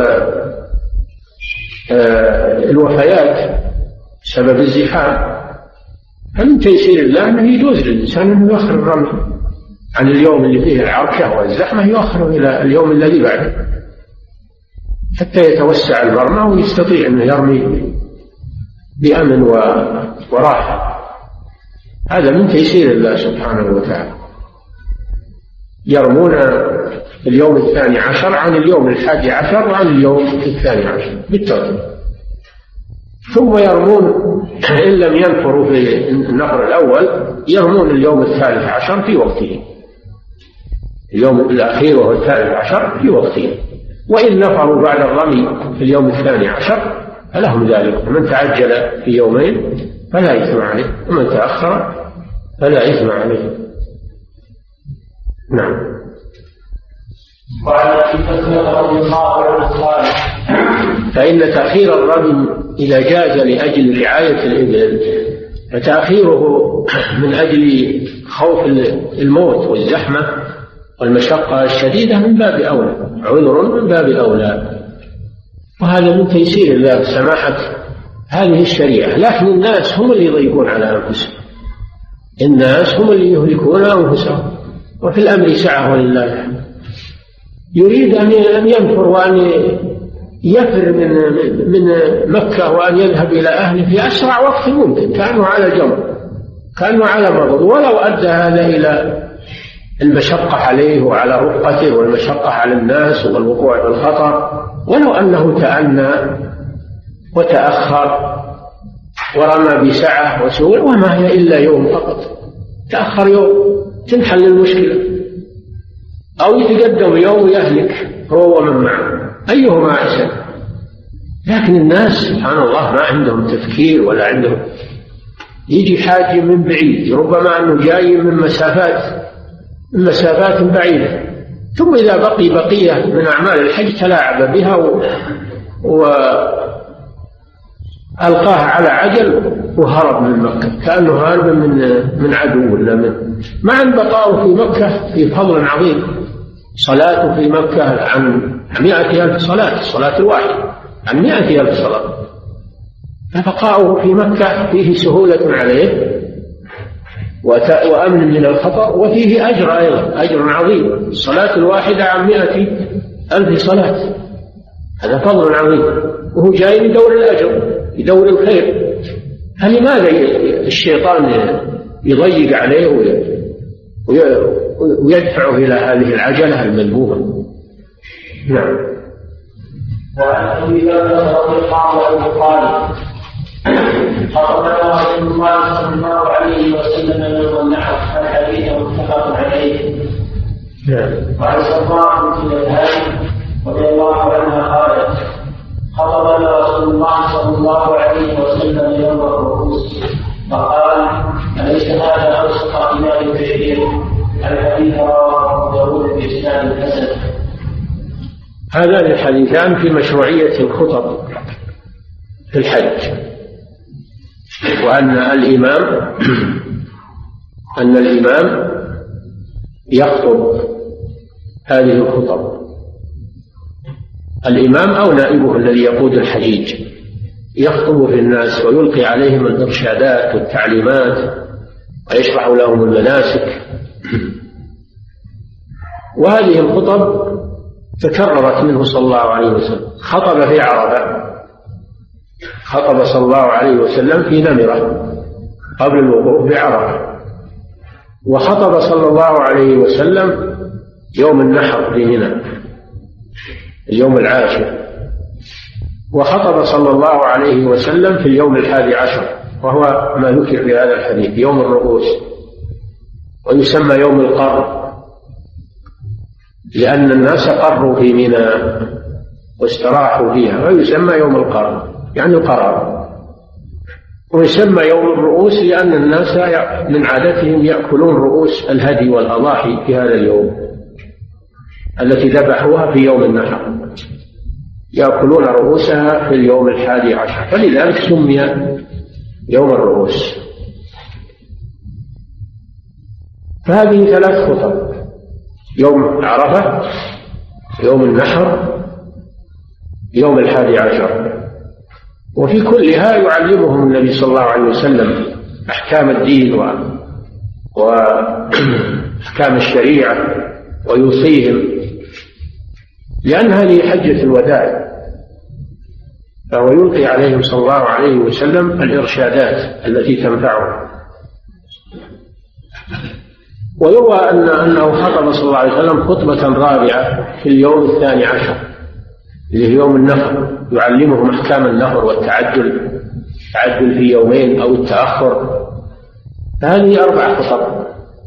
الوفيات بسبب الزحام. فمن تيسير الله أنه يجوز للإنسان أنه يؤخر الرمي عن اليوم اللي فيه العركة والزحمة، يؤخره إلى اليوم الذي بعده حتى يتوسع المرمى ويستطيع أنه يرمي بأمن وراحة. هذا من تيسير الله سبحانه وتعالى. يرمون اليوم الثاني عشر عن اليوم الحادي عشر وعن اليوم الثاني عشر بالترتيب، ثم يرمون إن لم ينفروا في النفر الأول يرمون اليوم الثالث عشر في وقته، اليوم الأخير وهو الثالث عشر في وقته، وإن نفروا بعد الرمي في اليوم الثاني عشر فلهم ذلك، من تعجل في يومين فلا إثم عليه، ومن تأخر فلا إثم عليه. نعم. وعن ابي بكر رضي الله عنه قال فإن تأخير الرمي إذا جاز لأجل رعاية الإبل فتأخيره من أجل خوف الموت والزحمة والمشقة الشديدة من باب أولى، عذر من باب أولى، وهذا من تيسير الله سماحة هذه الشريعة. لكن الناس هم اللي يضيقون على أنفسهم، الناس هم اللي يهلكون أنفسهم، وفي الأمر سعة ولله الحمد. يريد أن ينفر وأن يفر من من مكة وأن يذهب إلى أهله في أسرع وقت ممكن، كأنه على جمر، كأنه على مرض، ولو أدى هذا إلى المشقة عليه وعلى رفقته والمشقة على الناس والوقوع في الخطر، ولو أنه تأنى وتأخر ورمى بسعة وسهولة وما هي إلا يوم فقط، تأخر يوم تنحل المشكلة، أو يتقدم يوم ويهلك هو ومن معه، أيهما أحسن. لكن الناس سبحان الله ما عندهم تفكير ولا عندهم، يجي حاج من بعيد ربما أنه جاي من مسافات من مسافات بعيدة، ثم إذا بقي بقية من أعمال الحج تلاعب بها وألقاها على عجل وهرب من مكة كأنه هارب من من عدو ولا من مع أن بقاؤه في مكة في فضل عظيم. صلاته في مكة عن مئة ألف صلاة، الصلاة الواحدة عن مئة ألف صلاة، فبقاؤه في مكة فيه سهولة عليه وأمن من الخطر، وفيه أجر أيضا، أجر عظيم. الصلاة الواحدة عن مئة ألف صلاة، هذا فضل عظيم، وهو جاي يدور الأجر يدور الخير. فلماذا الشيطان يضيق عليه ويدفعه إلى هذه العجلة المذمومة؟ نعم. وعن ابي بكر رضي الله عنه قال خطبنا رسول الله صلى الله عليه وسلم يوم النحر، الحديث متفق عليه. وعن صفوان بنت الهادي رضي الله عنها قالت خطبنا رسول الله صلى الله عليه وسلم يوم الرؤوس فقال أليس هذا أوسط إمام الشعير؟ الحديث رواه أبو داود بإسناد حسن. هذان الحديثان في مشروعية الخطب في الحج، وأن الإمام أن الإمام يخطب هذه الخطب، الإمام أو نائبه الذي يقود الحجيج يخطب في الناس ويلقي عليهم الإرشادات والتعليمات ويشرح لهم المناسك. وهذه الخطب تكررت منه صلى الله عليه وسلم. خطب في عرفة، خطب صلى الله عليه وسلم في نمرة قبل الوقوف بعرفة، وخطب صلى الله عليه وسلم يوم النحر في منى اليوم العاشر، وخطب صلى الله عليه وسلم في اليوم الحادي عشر وهو ما ذكر في هذا الحديث يوم الرؤوس، ويسمى يوم القر لأن الناس قروا في منى واستراحوا فيها، فيسمى يوم القر يعني القرار. ويسمى يوم الرؤوس لأن الناس من عادتهم يأكلون رؤوس الهدي والأضاحي في هذا اليوم التي ذبحوها في يوم النحر، يأكلون رؤوسها في اليوم الحادي عشر، فلذلك سمي يوم الرؤوس. فهذه ثلاث خطب: يوم عرفة، يوم النحر، يوم الحادي عشر. وفي كلها يعلمهم النبي صلى الله عليه وسلم أحكام الدين وأحكام الشريعة ويوصيهم، لأن هذه حجة الوداع، فهو يلقي عليهم صلى الله عليه وسلم الإرشادات التي تنفعهم. ويروى أن أنه خطب صلى الله عليه وسلم خطبة رابعة في اليوم الثاني عشر اللي هي يوم النحر، يعلمهم أحكام النحر والتعدل، التعدل في يومين أو التأخر. فهذه أربع خطب،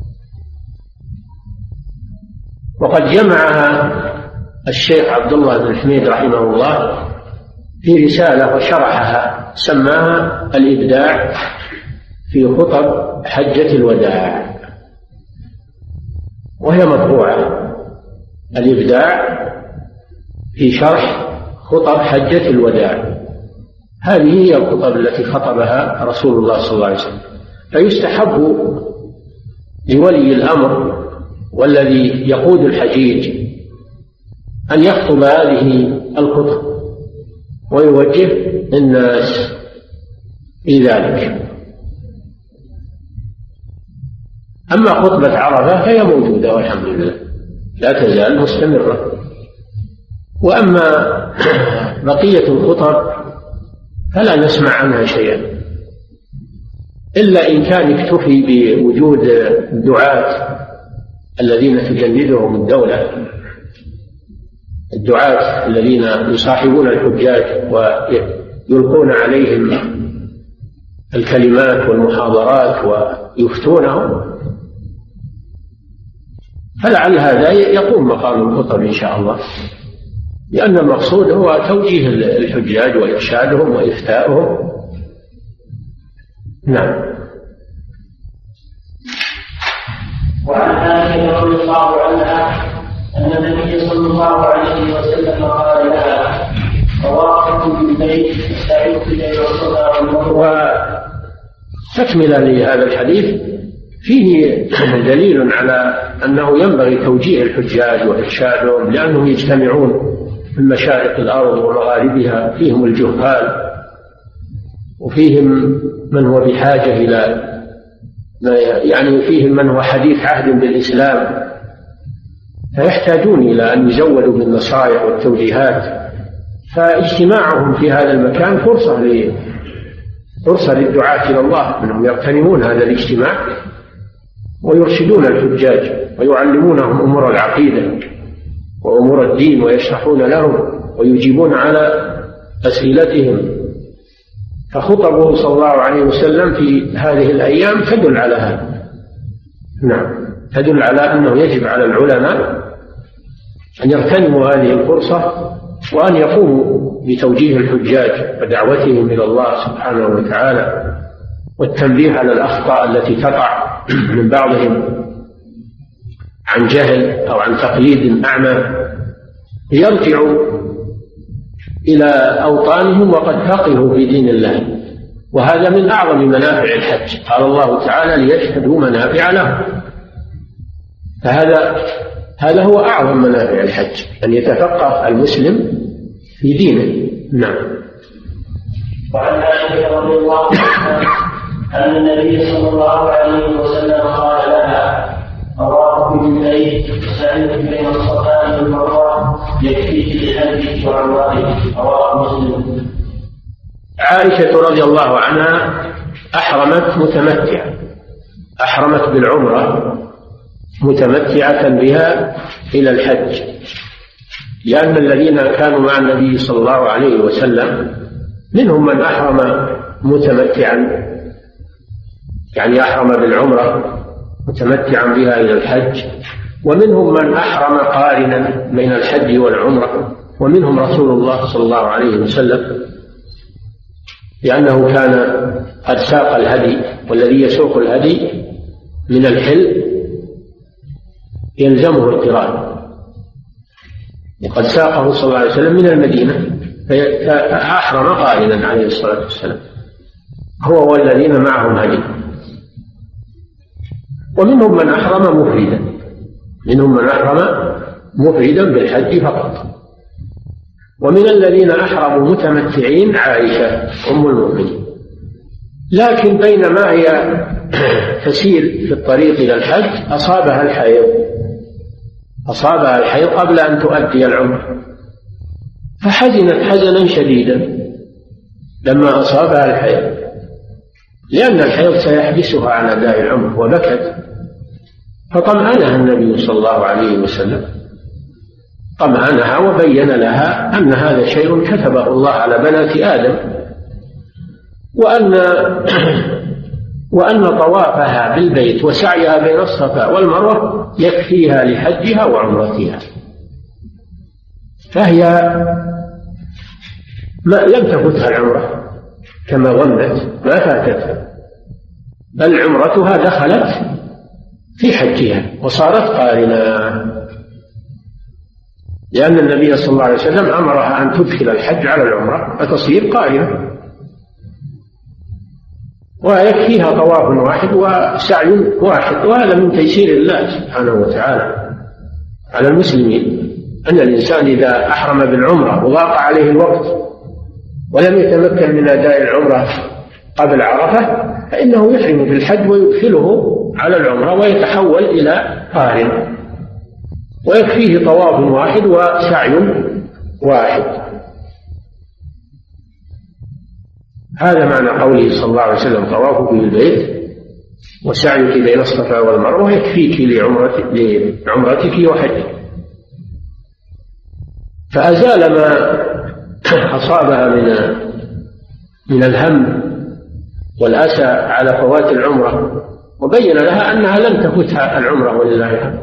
وقد جمعها الشيخ عبد الله بن حميد رحمه الله في رسالة وشرحها سماها الإبداع في خطب حجة الوداع، وهي مطبوعة الإبداع في شرح خطب حجة الوداع. هذه هي الخطب التي خطبها رسول الله صلى الله عليه وسلم. فيستحب لولي الأمر والذي يقود الحجيج أن يخطب هذه الخطب ويوجه الناس في ذلك. أما خطبة عرفة فهي موجودة والحمد لله لا تزال مستمرة. وأما بقية الخطب فلا نسمع عنها شيئا إلا إن كان اكتفي بوجود الدعاة الذين تجندهم الدولة، الدعاة الذين يصاحبون الحجاج ويلقون عليهم الكلمات والمحاضرات ويفتونهم، فلعل هذا يقوم مقام الخطب إن شاء الله، لأن المقصود هو توجيه الحجاج وإرشادهم وإفتاؤهم. نعم. وعن عائشة رضي الله عنها أن النبي صلى الله عليه وسلم قال لها: طوافكم بالبيت استعيذ بالله والصلاة والمروة. وتكملة لهذا الحديث فيه دليل على أنه ينبغي توجيه الحجاج وإرشادهم، لأنهم يجتمعون من مشارق الأرض ومغاربها، فيهم الجهال وفيهم من هو بحاجة إلى يعني فيهم من هو حديث عهد بالإسلام، فيحتاجون إلى أن يزودوا بالنصائح والتوجيهات. فاجتماعهم في هذا المكان فرصة فرصة للدعاة إلى الله، أنهم يغتنمون هذا الاجتماع ويرشدون الحجاج ويعلمونهم أمور العقيدة وأمور الدين ويشرحون لهم ويجيبون على أسئلتهم. فخطبه صلى الله عليه وسلم في هذه الأيام تدل على هذا. نعم، تدل على أنه يجب على العلماء أن يغتنموا هذه الفرصة وأن يقوموا بتوجيه الحجاج ودعوتهم إلى الله سبحانه وتعالى، والتنبيه على الأخطاء التي تقع من بعضهم عن جهل أو عن تقليد أعمى، ليرجعوا إلى أوطانهم وقد فقهوا في دين الله. وهذا من أعظم منافع الحج، قال الله تعالى: ليشهدوا منافع لهم. فهذا هذا هو أعظم منافع الحج، أن يتفقه المسلم في دينه. نعم. وعن عائشة رضي الله عنها أن النبي صلى الله عليه وسلم قال لها: طواف بالبيت سعيد بين الصفا والمروة يكفيك لحجك وعمرتك. رواه مسلم. عائشة رضي الله عنها أحرمت متمتعة، أحرمت بالعمرة متمتعة بها إلى الحج، لأن الذين كانوا مع النبي صلى الله عليه وسلم منهم من أحرم متمتعا، يعني أحرم بالعمرة متمتعا بها إلى الحج، ومنهم من أحرم قارنا بين الحج والعمرة، ومنهم رسول الله صلى الله عليه وسلم، لأنه كان قد ساق الهدي، والذي يسوق الهدي من الحل يلزمه القران، وقد ساقه صلى الله عليه وسلم من المدينة فأحرم قارنا عليه الصلاة والسلام هو والذين معهم هدي. ومنهم من أحرم مفردا، منهم من أحرم مفردا بالحج فقط. ومن الذين أحرموا متمتعين عائشة أم المؤمنين، لكن بينما هي تسير في الطريق إلى الحج أصابها الحيض أصابها الحيض قبل أن تؤدي العمرة، فحزنت حزنا شديدا لما أصابها الحيض، لأن الحيض سيحبسها عن أداء العمرة، وبكت. فطمأنها النبي صلى الله عليه وسلم، طمأنها وبين لها أن هذا شيء كتبه الله على بنات آدم، وأن وأن طوافها بالبيت وسعيها بين الصفا والمروة يكفيها لحجها وعمرتها. فهي ما لم تفتها العمرة كما ظنت، ما فاتتها، بل عمرتها دخلت في حجها وصارت قارنة. لأن النبي صلى الله عليه وسلم أمرها أن تدخل الحج على العمرة فتصير قارنة، ويكفيها طواف واحد وسعي واحد. وهذا من تيسير الله سبحانه وتعالى على المسلمين، أن الإنسان إذا أحرم بالعمرة وضاق عليه الوقت ولم يتمكن من أداء العمرة قبل عرفة فإنه يحرم بالحج ويدخله على العمرة ويتحول إلى قارن، ويكفيه طواف واحد وسعي واحد. هذا معنى قوله صلى الله عليه وسلم: طوافك بالبيت وسعيك بين الصفا والمروة يكفيك لعمرتك, لعمرتك وحجك. فأزال ما أصابها من من الهم والأسى على فوات العمرة، وبين لها أنها لم تفوتها العمرة ولله الحمد،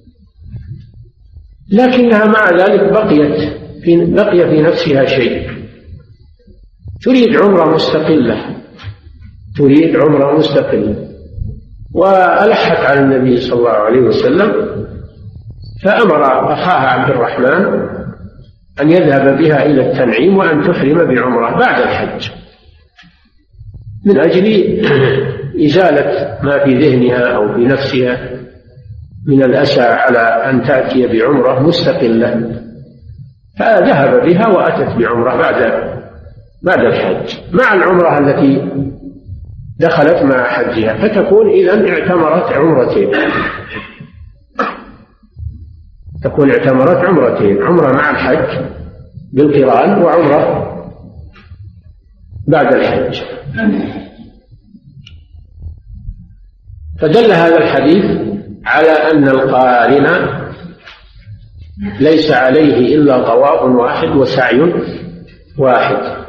لكنها مع ذلك بقيت في بقي في نفسها شيء، تريد عمرة مستقلة، تريد عمرة مستقلة. وألحت على النبي صلى الله عليه وسلم فأمر أخاها عبد الرحمن أن يذهب بها إلى التنعيم وأن تحرم بعمرة بعد الحج، من أجل إزالة ما في ذهنها أو في نفسها من الأسى على أن تأتي بعمرة مستقلة. فذهب بها وأتت بعمرة بعد بعد الحج مع العمرة التي دخلت مع حجها، فتكون إذن اعتمرت عمرتين، تكون اعتمرت عمرتين، عمرة مع الحج بالقران وعمرة بعد الحج. فدل هذا الحديث على أن القارن ليس عليه إلا طواف واحد وسعي واحد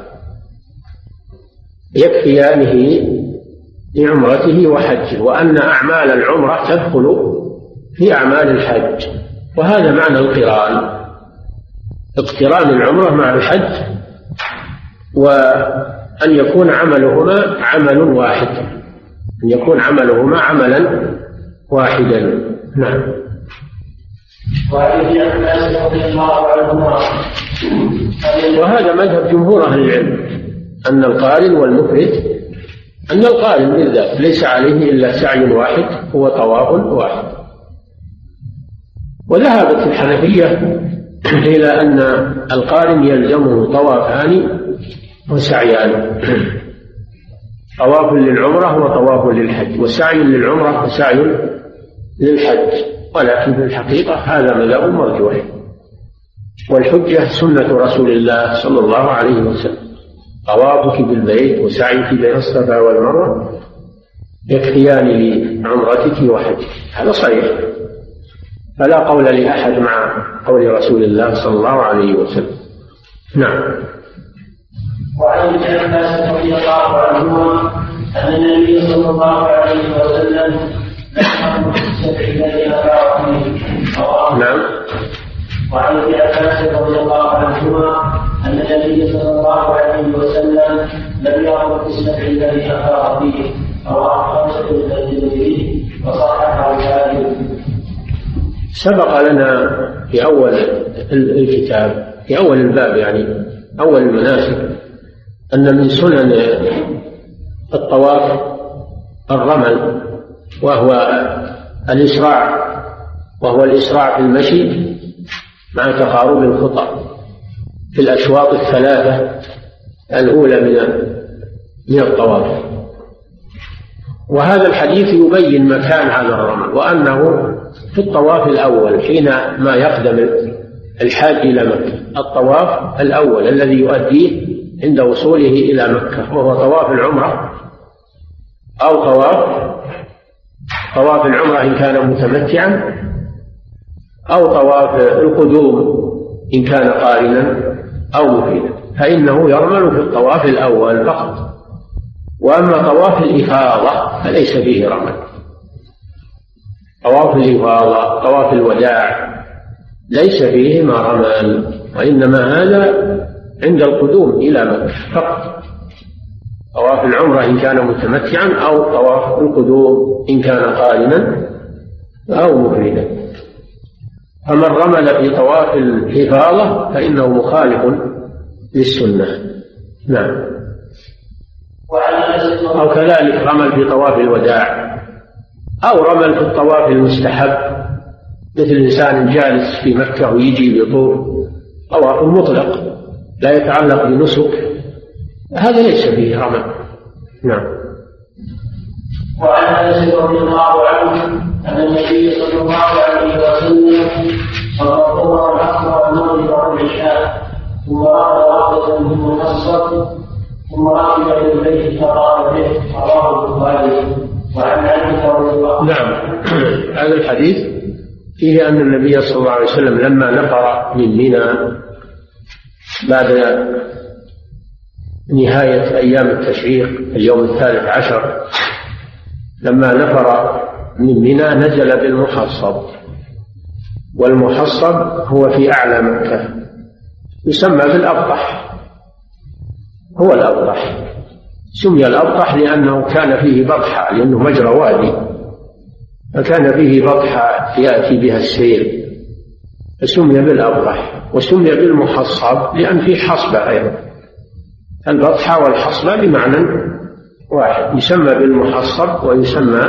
يكفيانه لعمرته وحجه، وأن أعمال العمرة تدخل في أعمال الحج. وهذا معنى القران، اقتران العمرة مع الحج، وأن يكون عملهما عمل واحد، أن يكون عملهما عملا واحدا. نعم. وهذا مذهب جمهور أهل العلم، أن القارن والمفرد، أن القارن بالذات ليس عليه إلا سعي واحد هو طواف واحد. وذهبت الحنفية إلى أن القارن يلزمه طوافان وسعيان، طواف للعمرة وطواف للحج، وسعي للعمرة وسعي للحج. ولكن في الحقيقة هذا مذهب مرجوح، والحجة سنة رسول الله صلى الله عليه وسلم: طوافك بالبيت وسعيك بين الصفا والمروة يكفيان لعمرتك وحجك. هذا صحيح، فلا قول لأحد مع قول رسول الله صلى الله عليه وسلم. نعم. وعن ابن عباس رضي الله عنهما أن النبي صلى الله عليه وسلم نهى السبع الذي أمر به. نعم. وعن ابن عباس رضي الله عنهما أن النبي صلى الله عليه وسلم لم يأمر بالسبع الذي أمر به، رواه خمسة من الترمذي وصححه الحاكم. سبق لنا في أول الكتاب، في أول الباب يعني أول المناسك، أن من سنن الطواف الرمل، وهو الإسراع وهو الإسراع في المشي مع تقارب الخطى في الأشواط الثلاثة الأولى من من الطواف. وهذا الحديث يبين مكان هذا الرمل، وأنه في الطواف الأول حين ما يقدم الحاج إلى مكة، الطواف الأول الذي يؤديه عند وصوله إلى مكة، وهو طواف العمرة أو طواف طواف العمرة إن كان متمتعا، أو طواف القدوم إن كان قارنا أو مفردا، فإنه يرمل في الطواف الأول فقط. وأما طواف الإفاضة فليس فيه رمل. طواف الإفاضة طواف الوداع ليس فيه ما رمل، وإنما هذا عند القدوم إلى مكة فقط. طواف العمرة إن كان متمتعا، أو طواف القدوم إن كان قارنا أو مفردا. فمن رمل في طواف الحفاظة فإنه مخالف للسنة. نعم. أو كذلك رمل في طواف الوداع، أو رمل في الطواف المستحب، مثل إنسان جالس في مكة ويجي يطوف طواف مطلق لا يتعلق بنسك، هذا ليس فيه رمل. نعم. وعن انس رضي الله عنه ان النبي صلى الله عليه وسلم صلى الظهر والعصر والمغرب والعشاء ثم راى واحدا من منصب ثم ركب الى البيت فقام به، رواه البخاري. وعن عائشه رضي الله عنها. نعم. هذا الحديث فيه أن النبي صلى الله عليه وسلم لما نفر من منى بعد نهاية أيام التشريق اليوم الثالث عشر، لما نفر من منى نزل بالمحصب، والمحصب هو في أعلى مكة، يسمى بالأبطح، هو الأبطح، سمي الأبطح لأنه كان فيه بطحة، لأنه مجرى وادي، فكان فيه بطحة يأتي بها السيل فسمي بالأبطح. وسمي بالمحصب لأن فيه حصبة أيضا، البطحة والحصبة بمعنى واحد، يسمى بالمحصب ويسمى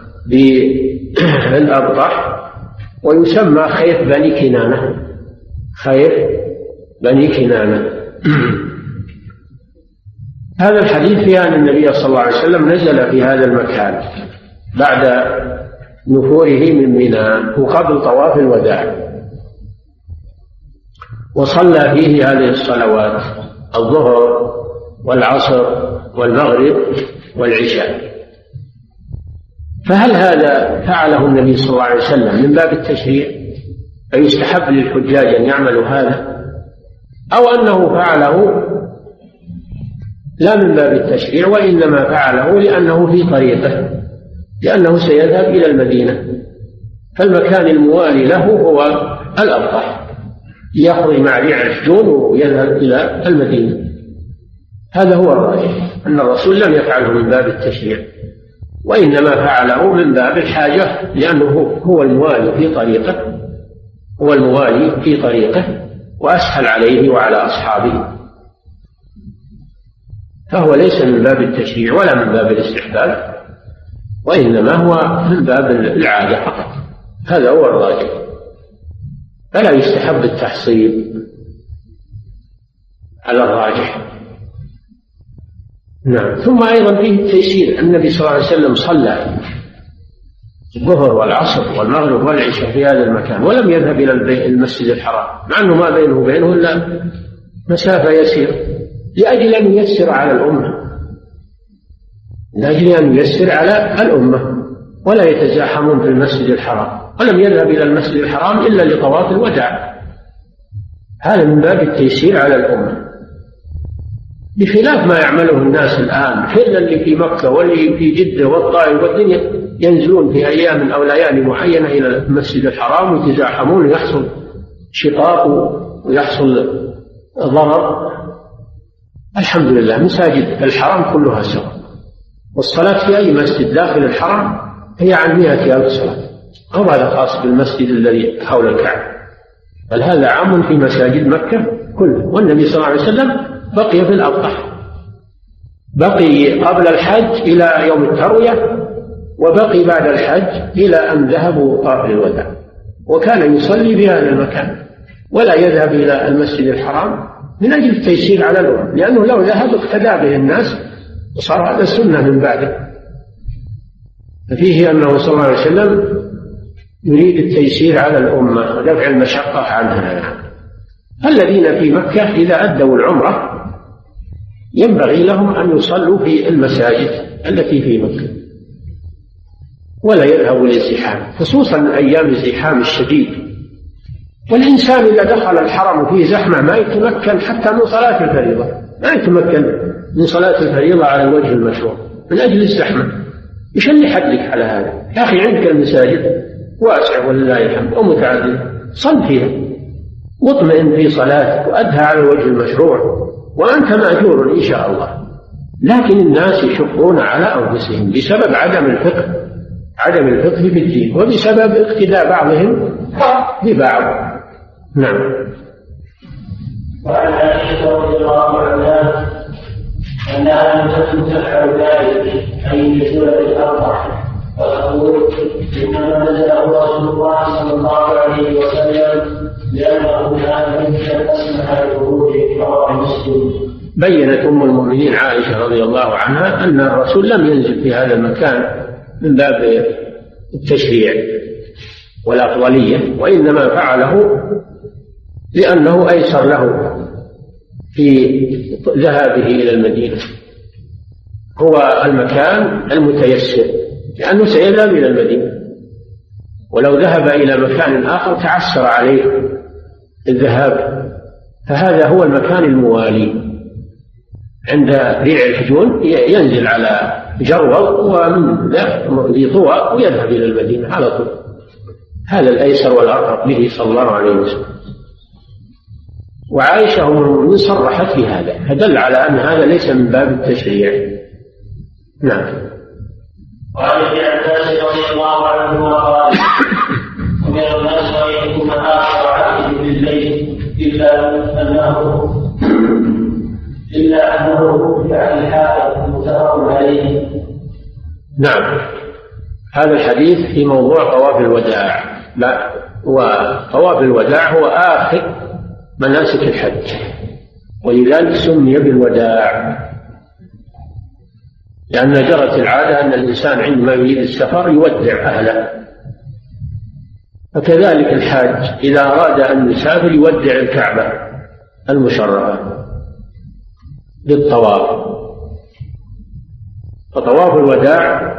بالأبطح ويسمى خيف بني كنانة، خيف بني كنانة. هذا الحديث في أن النبي صلى الله عليه وسلم نزل في هذا المكان بعد نفوره من منى وقبل طواف الوداع، وصلى فيه هذه الصلوات الظهر والعصر والمغرب والعشاء. فهل هذا فعله النبي صلى الله عليه وسلم من باب التشريع فيستحب للحجاج أن يعملوا هذا، أو أنه فعله لا من باب التشريع وإنما فعله لأنه في طريقه، لأنه سيذهب إلى المدينة، فالمكان الموالي له هو الأبطح، يخرج مع ريع الشجون ويذهب إلى المدينة. هذا هو الراجح، أن الرسول لم يفعله من باب التشريع وإنما فعله من باب الحاجة، لأنه هو الموالي في طريقه، هو الموالي في طريقه وأسهل عليه وعلى أصحابه، فهو ليس من باب التشريع ولا من باب الاستحباب، وإنما هو من باب العادة فقط. هذا هو الراجح، فلا يستحب التحصيل على الراجح. نعم. ثم أيضا فيه التيسير، النبي صلى الله عليه وسلم صلى الظهر والعصر والمغرب والعشاء في هذا المكان ولم يذهب إلى المسجد الحرام، مع أنه ما بينه وبينه إلا مسافة يسير، لأجل أن ييسر على الأمة، لأجل أن ييسر على الأمة ولا يتزاحمون في المسجد الحرام، ولم يذهب إلى المسجد الحرام إلا لطواف الوداع. هذا من باب التيسير على الأمة، بخلاف ما يعمله الناس الآن، كل اللي في مكة واللي في جدة والطائف والدنيا ينزلون في أيام أو ليالي معينة إلى المسجد الحرام ويتزاحمون ويحصل شقاق ويحصل ضرر. الحمد لله مساجد الحرام كلها سواء، والصلاة في أي مسجد داخل الحرم هي عن مئة ألف صلاة، أو هذا خاص بالمسجد الذي حول الكعبة، بل هذا عام في مساجد مكة كلها. والنبي صلى الله عليه وسلم بقي في الأبطح، بقي قبل الحج إلى يوم التروية، وبقي بعد الحج إلى أن ذهبوا طواف الوداع، وكان يصلي في هذا المكان ولا يذهب إلى المسجد الحرام من أجل التيسير على الأمة، لأنه لو ذهب اقتدى به الناس وصار هذا السنة من بعده. ففيه أنه صلى الله عليه وسلم يريد التيسير على الأمة ودفع المشقة عنها. الذين في مكة إذا أدوا العمرة ينبغي لهم أن يصلوا في المساجد التي في مكة ولا يذهبوا للزحام، خصوصا أيام الزحام الشديد. والإنسان إذا دخل الحرم فيه زحمة ما يتمكن حتى من صلاة الفريضة، ما يتمكن من صلاة الفريضة على الوجه المشروع من أجل الزحمة. إيش اللي يحدك على هذا؟ يا أخي عندك المساجد واسعة ولله الحمد ومتعددة، صل فيها واطمئن في صلاتك وأدها على الوجه المشروع وأنت مأجور إن شاء الله. لكن الناس يشقون على أنفسهم بسبب عدم الفقه، عدم الفقه في الدين، وبسبب اقتداء بعضهم ببعض. نعم. وعن عائشة رضي الله عنها أنها لم تكن تفعل ذلك أي في سورة الأربع، وتقول إنما نزله رسول الله صلى الله عليه وسلم لأنه كان يمكن أسمع الخروج رواه مسلم. بينت أم المؤمنين عائشة رضي الله عنها أن الرسول لم ينزل في هذا المكان من باب التشريع والأفضلية، وإنما فعله لأنه أيسر له في ذهابه إلى المدينة، هو المكان المتيسر لأنه سيذهب إلى المدينة، ولو ذهب إلى مكان آخر تعسر عليه الذهاب، فهذا هو المكان الموالي. عند ريع الحجون ينزل على جروض ومن ذي طوى ويذهب إلى المدينة على طول، هذا الأيسر والأرفق به صلى الله عليه وسلم. وعائشة أم المؤمنين صرحت في هذا، فدل على أن هذا ليس من باب التشريع. نعم. وعن ابن عباس رضي الله عنهما قال أمر الناس أن يكون آخر عهده بالليل إلا أنه إلا أنه فعل الحائط متفق عليه. نعم. هذا الحديث في موضوع طواف الوداع، لا، وطواف الوداع هو آخر مناسك الحج، ولذلك سمي بالوداع، لأن جرت العادة أن الإنسان عندما يريد السفر يودع أهله، فكذلك الحاج إذا أراد أن يسافر يودع الكعبة المشرفة بالطواف. فطواف الوداع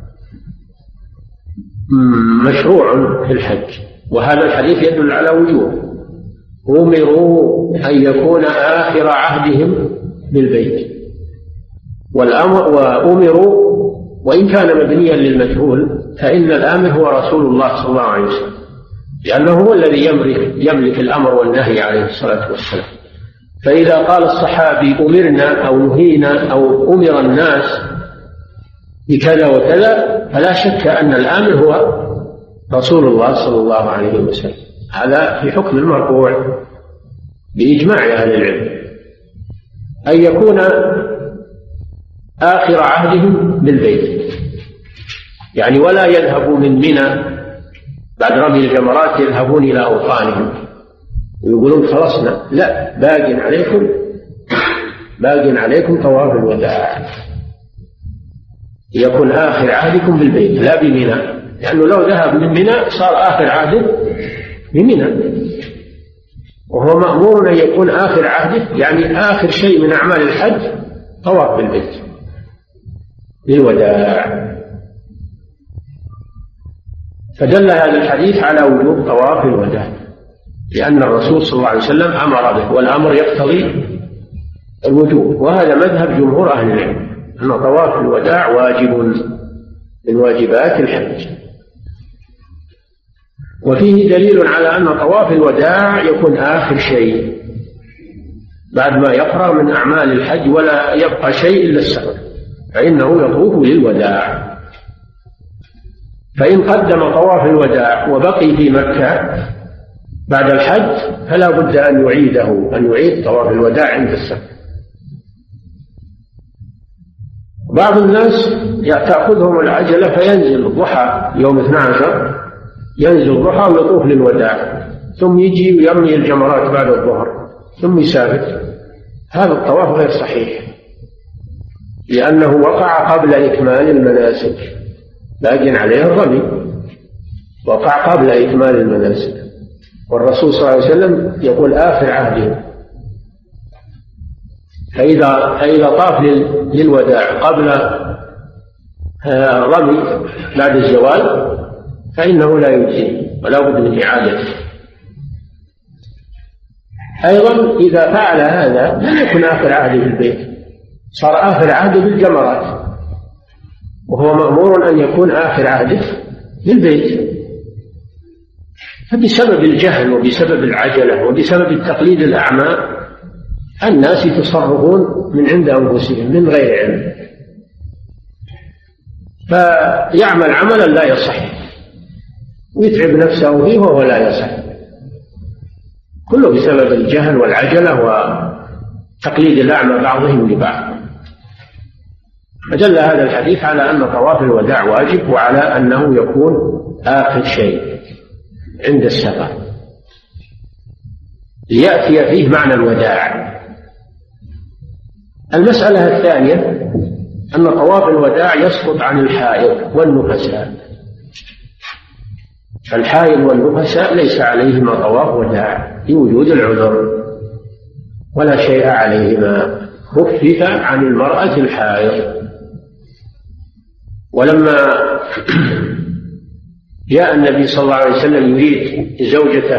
مشروع في الحج، وهذا الحديث يدل على وجوه. أمروا أن يكون آخر عهدهم بالبيت، والأمر وأمروا وإن كان مبنيا للمجهول فإن الآمر هو رسول الله صلى الله عليه وسلم، لأنه هو الذي يملك, يملك الأمر والنهي عليه الصلاة والسلام. فإذا قال الصحابي أمرنا أو نهينا أو أمر الناس بكذا وكذا فلا شك أن الآمر هو رسول الله صلى الله عليه وسلم. هذا في حكم المرفوع بإجماع أهل العلم، أن يكون آخر عهدهم بالبيت، يعني ولا يذهبوا من منى بعد رمي الجمرات يذهبون إلى أوطانهم ويقولون خلصنا، لا، باق عليكم باق عليكم طواف الوداع، يكون آخر عهدكم بالبيت لا بمنى، لأنه لو ذهب من منى صار آخر عهده بمنى، وهو مأمور أن يكون آخر عهده يعني آخر شيء من أعمال الحج طواف بالبيت للوداع. فدل هذا الحديث على وجوب طواف الوداع، لأن الرسول صلى الله عليه وسلم أمر به، والأمر يقتضي الوجوب، وهذا مذهب جمهور أهل العلم أن طواف الوداع واجب من واجبات الحج. وفيه دليل على أن طواف الوداع يكون آخر شيء بعد ما يفرغ من أعمال الحج ولا يبقى شيء إلا السفر، فإنه يطوف للوداع. فإن قدم طواف الوداع وبقي في مكة بعد الحج فلا بد أن يعيده أن يعيد طواف الوداع عند السفر. بعض الناس تأخذهم العجلة فينزل الضحى يوم اثني عشر، ينزل الضحى ويطوف للوداع، ثم يجي ويرمي الجمرات بعد الظهر ثم يسافر. هذا الطواف غير صحيح، لأنه وقع قبل إكمال المناسك، لكن عليه الرمي وقع قبل إكمال المناسك، والرسول صلى الله عليه وسلم يقول آخر عهده. فإذا, فإذا طاف للوداع قبل الرمي بعد الزوال فإنه لا يجزي ولا بد من إعادته. أيضا إذا فعل هذا لم يكن آخر عهده بالبيت، صار آخر عهده بالجمرات، وهو مأمور أن يكون آخر عهده بالبيت. فبسبب الجهل وبسبب العجلة وبسبب التقليد الأعمى الناس يتصرفون من عند أنفسهم من غير علم، فيعمل عملا لا يصح، ويتعب نفسه فيه وهو لا يصح، كله بسبب الجهل والعجلة وتقليد الأعمى بعضهم لبعض. فدل هذا الحديث على أن طواف الوداع واجب، وعلى أنه يكون آخر شيء عند السفر ليأتي فيه معنى الوداع. المسألة الثانية أن طواف الوداع يسقط عن الحائض والنفساء. الحائض والنفساء ليس عليهما طواف وداع لوجود العذر ولا شيء عليهما، خفف عن المرأة الحائض. ولما جاء النبي صلى الله عليه وسلم يريد زوجته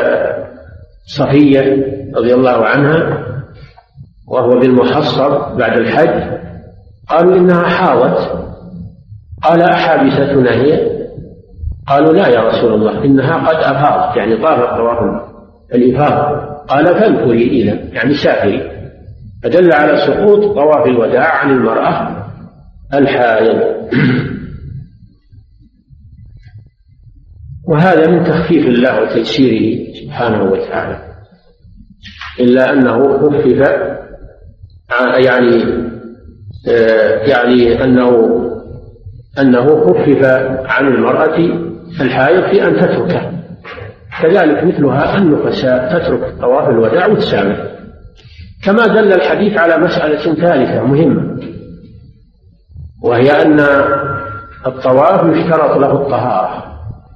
صفية رضي الله عنها وهو بالمحصر بعد الحج، قالوا إنها حاضت، قال أحابستنا هي؟ قالوا لا يا رسول الله، إنها قد أفاضت، يعني طافت طواف الإفاضة. قال فانفري إلى، يعني سافري، فدل على سقوط طواف الوداع عن المرأة الحائض. وهذا من تخفيف الله وتيسيره سبحانه وتعالى، إلا أنه خفف يعني يعني أنه أنه خفف عن المرأة الحائض في أن تتركه، كذلك مثلها النفساء تترك طواف الوداع وتسافر. كما دل الحديث على مسألة ثالثة مهمة، وهي أن الطواف يشترط له الطهارة،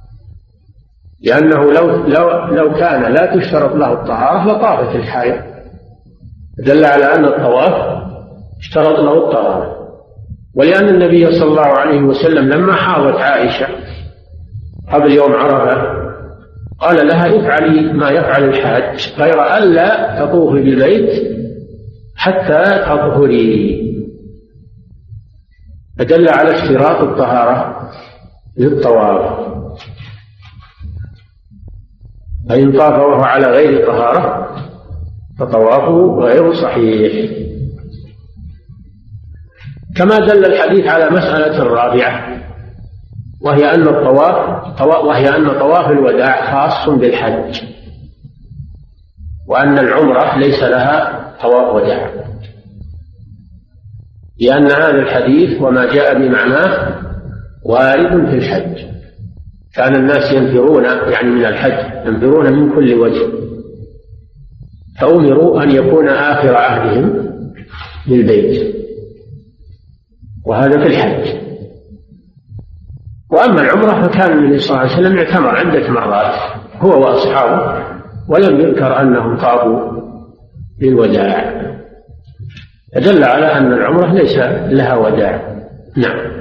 لأنه لو, لو, لو كان لا تشترط له الطهارة لطافت الحائض. دل على أن الطواف اشترط له الطهارة. ولأن النبي صلى الله عليه وسلم لما حاضت عائشة قبل يوم عرفة قال لها افعلي ما يفعل الحاج غير ألا تطوفي بالبيت حتى تطهري، فدل على اشتراط الطهارة للطواف. فإن طاف وهو على غير طهارة فطوافه غير صحيح. كما دل الحديث على مسألة رابعة، وهي أن الطواف وهي أن طواف الوداع خاص بالحج، وأن العمرة ليس لها طواف وداع، لأن هذا الحديث وما جاء بمعناه وارد في الحج. كان الناس ينفرون يعني من الحج، ينفرون من كل وجه، فأمروا أن يكون آخر عهدهم للبيت، وهذا في الحج. وأما العمرة فكان النبي صلى الله عليه وسلم اعتمر عدة مرات هو وأصحابه، ولم يذكر أنهم طافوا للوداع، فدل على أن العمرة ليس لها وداع. نعم.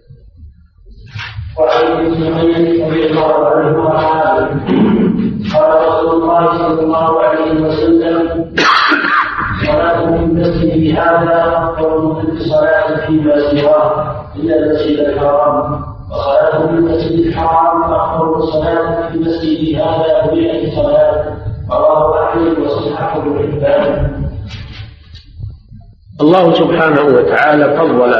وعن ابن سعيد رضي الله عنه قال قال رسول الله صلى الله عليه وسلم صلاة في المسجد هذا أفضل من صلاة فيما سواه إلا المسجد الحرام، وصلاة في المسجد الحرام أفضل من صلاة في المسجد هذا بمئة صلاة، رواه أحمد وصححه ابن حبان. الله سبحانه وتعالى فضل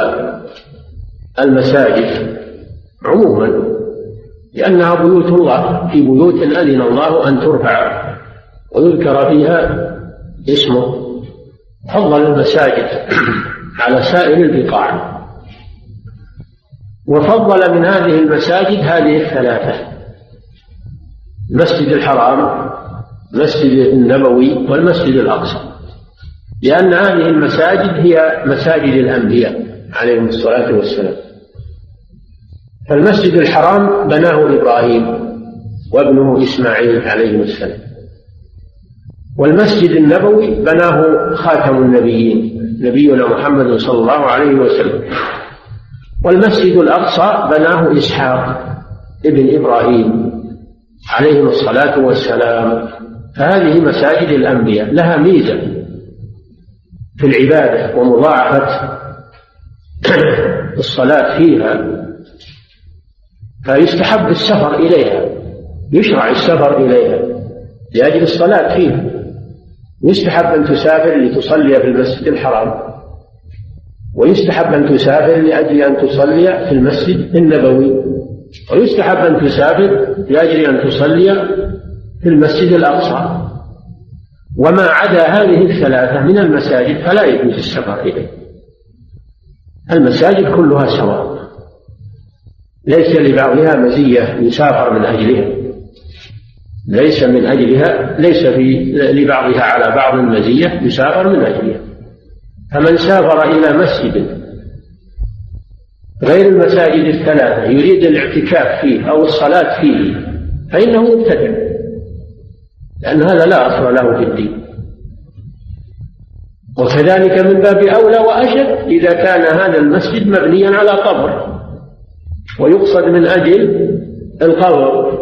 المساجد عموما لأنها بيوت الله، في بيوت أذن الله أن ترفع ويذكر فيها اسمه. فضل المساجد على سائر البقاع، وفضل من هذه المساجد هذه الثلاثة: المسجد الحرام، المسجد النبوي، والمسجد الأقصى، لأن هذه المساجد هي مساجد الأنبياء عليهم الصلاة والسلام. فالمسجد الحرام بناه إبراهيم وابنه إسماعيل عليهم السلام، والمسجد النبوي بناه خاتم النبيين نبينا محمد صلى الله عليه وسلم، والمسجد الأقصى بناه إسحاق ابن إبراهيم عليهم الصلاة والسلام. فهذه مساجد الأنبياء لها ميزة في العبادة ومضاعفة الصلاة فيها، فيستحب السفر إليها، يشرع السفر إليها لأجل الصلاة فيها. يستحب أن تسافر لتصلي في المسجد الحرام، ويستحب أن تسافر لأجل أن تصلي في المسجد النبوي ويستحب أن تسافر لأجل أن تصلي في المسجد الأقصى. وما عدا هذه الثلاثة من المساجد فلا يجوز السفر إليه. المساجد كلها سواء، ليس لبعضها مزية يسافر من أجلها، ليس من أجلها ليس في لبعضها على بعض مزية يسافر من أجلها. فمن سافر إلى مسجد غير المساجد الثلاثة يريد الاعتكاف فيه أو الصلاة فيه فإنه مبتدع، لأن هذا لا أصل له في الدين. وكذلك من باب أولى وأشد إذا كان هذا المسجد مبنيا على قبر ويقصد من أجل القبر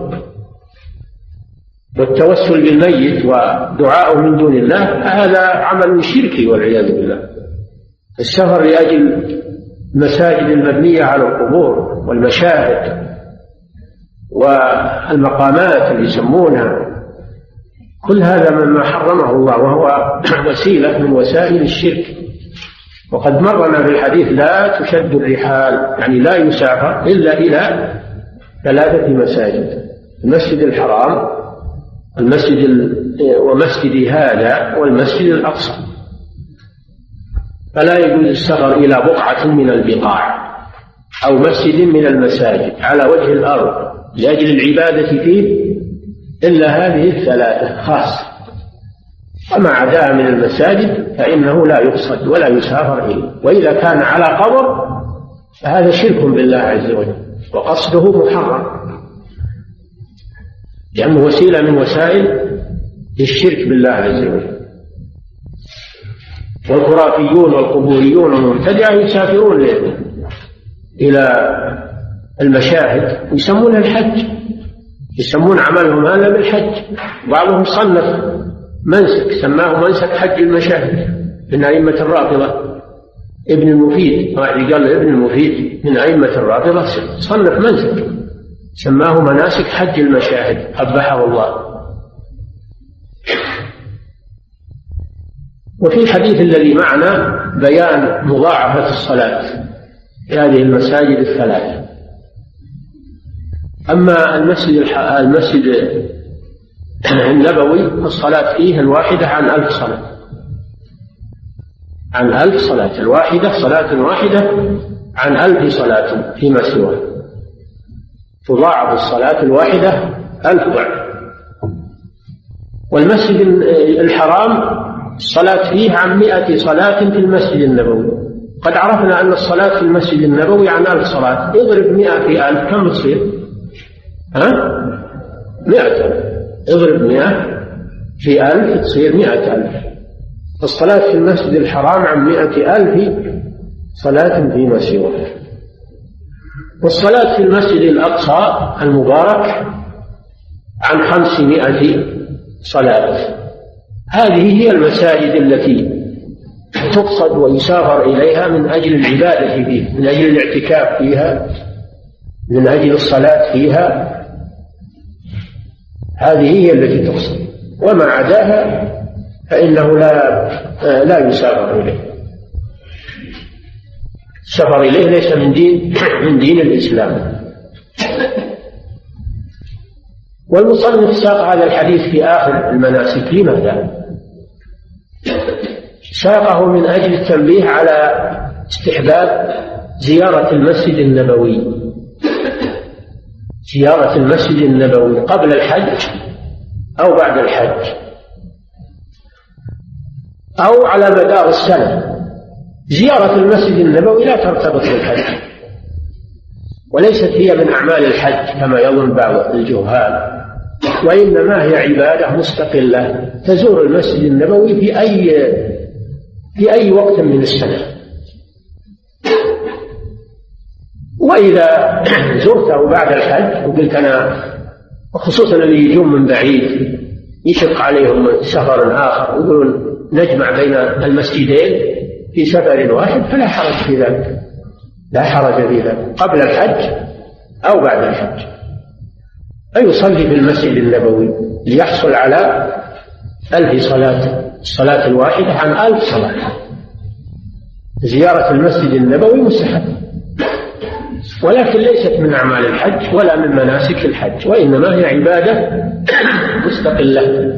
والتوسل بالميت ودعاءه من دون الله، هذا عمل شركي والعياذ بالله. السفر لأجل المساجد المبنية على القبور والمشاهد والمقامات اللي يسمونها، كل هذا مما حرمه الله وهو وسيلة من وسائل الشرك. وقد مرنا في الحديث لا تشد الرحال، يعني لا يسافر إلا إلى ثلاثة مساجد: المسجد الحرام، المسجد ومسجد هذا، والمسجد الأقصى. فلا يجوز السفر إلى بقعة من البقاع أو مسجد من المساجد على وجه الأرض لأجل العبادة فيه إلا هذه الثلاثة خاصة. وما عداها من المساجد فإنه لا يقصد ولا يسافر إليه. وإذا كان على قبر فهذا شرك بالله عز وجل وقصده محرم، لأنه وسيلة من وسائل الشرك بالله عز وجل. والخرافيون والقبوريون والمبتدعة يسافرون إلى المشاهد ويسمونها الحج، يسمون عملهم هذا بالحج. بعضهم صنف منسك سماه منسك حج المشاهد من أئمة الرافضة، ابن المفيد، واحد قال ابن المفيد من أئمة الرافضة صنف منسك سماه مناسك حج المشاهد قبحه الله. وفي الحديث الذي معنا بيان مضاعفة الصلاة في هذه المساجد الثلاثة. أما المسجد المسجد النبوي الصلاة فيه الواحدة عن ألف صلاة، عن ألف صلاة، الواحدة صلاة واحدة عن ألف صلاة فيما سواه، تضاعف الصلاة الواحدة ألف ضعف. والمسجد الحرام الصلاة فيه عن مئة صلاة في المسجد النبوي. قد عرفنا أن الصلاة في المسجد النبوي عن ألف صلاة، اضرب مئة في ألف كم تصير؟ ها؟ مئة. اضرب مئة في ألف تصير مئة ألف. الصلاة في المسجد الحرام عن مئة ألف صلاة فيما سواه. والصلاة في المسجد الأقصى المبارك عن خمسمائة صلاة. هذه هي المساجد التي تقصد ويسافر إليها من أجل العبادة فيه، من أجل الاعتكاف فيها، من أجل الصلاة فيها. هذه هي التي تقصد. وما عداها فإنه لا لا يسافر إليه. السفر إليه ليس من دين من دين الإسلام. والمصنف ساق هذا الحديث في آخر المناسك. لماذا؟ ساقه من أجل التنبيه على استحباب زيارة المسجد النبوي، زيارة المسجد النبوي قبل الحج أو بعد الحج أو على مدار السنة. زيارة المسجد النبوي لا ترتبط بالحج، وليست هي من أعمال الحج كما يظن بعض الجهال، وإنما هي عبادة مستقلة تزور المسجد النبوي في أي في أي وقت من السنة. وإذا زرته بعد الحج وقلت أنا، خصوصا اللي يجون من بعيد يشق عليهم سفر آخر ويقولون نجمع بين المسجدين في سفر واحد، فلا حرج في ذلك، لا حرج في ذلك قبل الحج أو بعد الحج. فيصلي في المسجد النبوي ليحصل على ألف صلاة، الصلاة الواحدة عن ألف صلاة. زيارة المسجد النبوي مستحب، ولكن ليست من أعمال الحج ولا من مناسك الحج، وإنما هي عبادة مستقلة.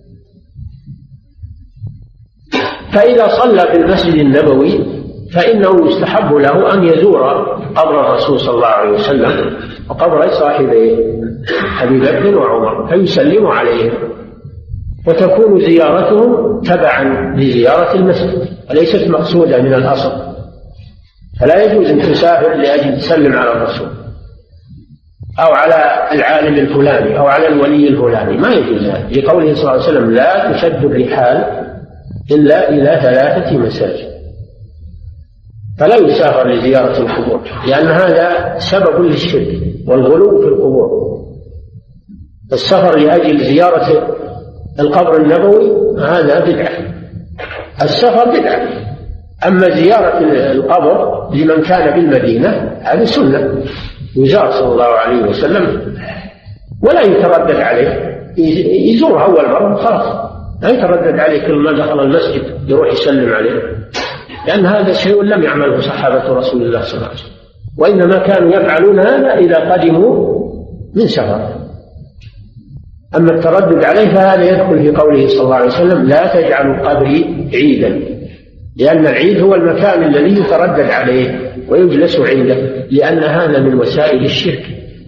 فإذا صلى في المسجد النبوي فإنه يستحب له أن يزور قبر الرسول صلى الله عليه وسلم وقبر صاحبيه أبي بكر وعمر فيسلم عليهم، وتكون زيارتهم تبعا لزيارة المسجد وليست مقصودة من الأصل. فلا يجوز أن تسافر لأجل تسلم على الرسول أو على العالم الفلاني أو على الولي الفلاني، ما يجوز هذا، لقوله صلى الله عليه وسلم لا تشد الرحال إلا إلى ثلاثة مساجد. فلا يسافر لزيارة القبور، لأن هذا سبب للشرك والغلو في القبور. السفر لأجل زيارة القبر النبوي هذا بدعة، السفر بدعة. أما زيارة القبر لمن كان بالمدينة هذه سنة، يزار صلى الله عليه وسلم ولا يتردد عليه، يزور أول مرة خلاص، لا يتردد عليه كل ما دخل المسجد يروح يسلم عليه، لأن هذا شيء لم يعمله صحابة رسول الله صلى الله عليه وسلم، وإنما كانوا يفعلون هذا إذا قدموا من سفر. أما التردد عليه فهذا يدخل في قوله صلى الله عليه وسلم لا تجعلوا قبري عيدا، لأن العيد هو المكان الذي يتردد عليه ويجلس عنده، لأن هذا من وسائل الشرك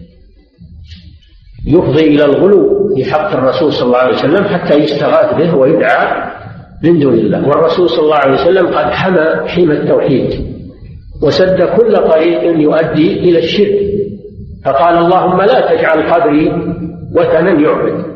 يفضي إلى الغلو في حق الرسول صلى الله عليه وسلم حتى يستغاث به ويدعى من دون الله. والرسول صلى الله عليه وسلم قد حمى حمى التوحيد وسد كل طريق يؤدي إلى الشرك، فقال اللهم لا تجعل قبري وثنا يعبد.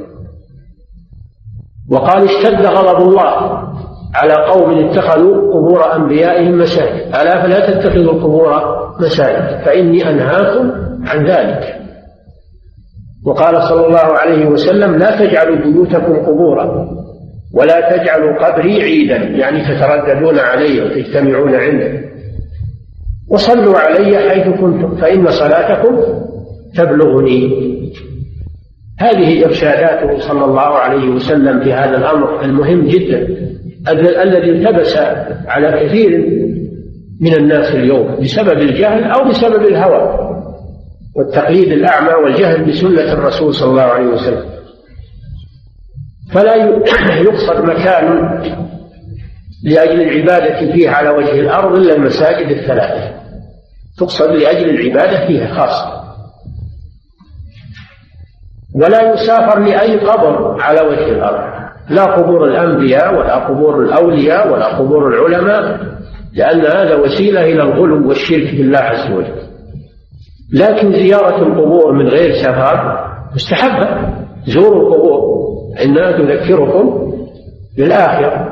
وقال اشتد غضب الله على قوم اتخذوا قبور أنبيائهم مساجد، ألا فلا تتخذوا القبور مساجد فإني أنهاكم عن ذلك. وقال صلى الله عليه وسلم لا تجعلوا بيوتكم قبورا ولا تجعلوا قبري عيدا، يعني تترددون علي وتجتمعون عنده، وصلوا علي حيث كنتم فإن صلاتكم تبلغني. هذه إرشاداته صلى الله عليه وسلم في هذا الأمر المهم جدا الذي التبس على كثير من الناس اليوم بسبب الجهل أو بسبب الهوى والتقليد الأعمى والجهل بسنة الرسول صلى الله عليه وسلم. فلا يقصد مكان لأجل العبادة فيه على وجه الأرض إلا المساجد الثلاثة، تقصد لأجل العبادة فيها خاصة. ولا يسافر لأي قبر على وجه الأرض، لا قبور الأنبياء ولا قبور الأولياء ولا قبور العلماء، لأن هذا وسيلة إلى الغلو والشرك بالله عز وجل. لكن زيارة القبور من غير سفر مستحبة، زوروا القبور إنها تذكركم بالآخرة.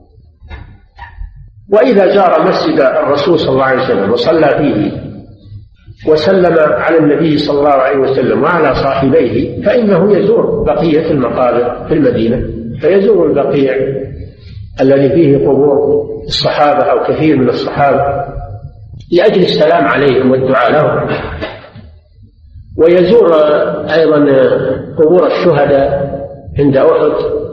وإذا زار مسجد الرسول صلى الله عليه وسلم وصلى فيه وسلم على النبي صلى الله عليه وسلم وعلى صاحبيه فإنه يزور بقية المقابر في المدينة، فيزور البقيع الذي فيه قبور الصحابة أو كثير من الصحابة لأجل السلام عليهم والدعاء لهم. ويزور أيضا قبور الشهداء عند أحد،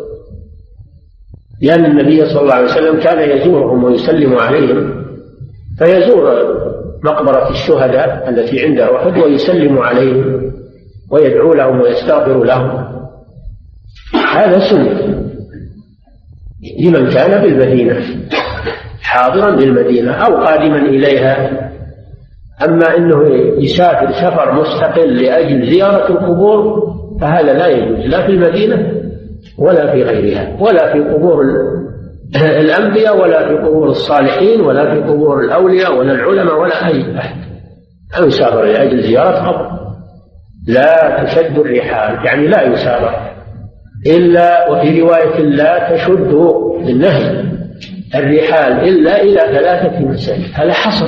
لأن النبي صلى الله عليه وسلم كان يزورهم ويسلم عليهم، فيزور مقبرة الشهداء التي عند أحد ويسلم عليهم ويدعو لهم ويستغفر لهم. هذا سنة لمن كان بالمدينة حاضرا بالمدينة أو قادما إليها. أما أنه يسافر سفر مستقل لأجل زيارة القبور فهذا لا يجوز، لا في المدينة ولا في غيرها، ولا في قبور الأنبياء ولا في قبور الصالحين ولا في قبور الأولياء ولا العلماء ولا أي أحد. أو يسافر لأجل زيارة قبر، لا تشد الرحال يعني لا يسافر إلا، وفي رواية لا تشد بالنهي الرحال إلا إلى ثلاثة مساجد. هذا حصر،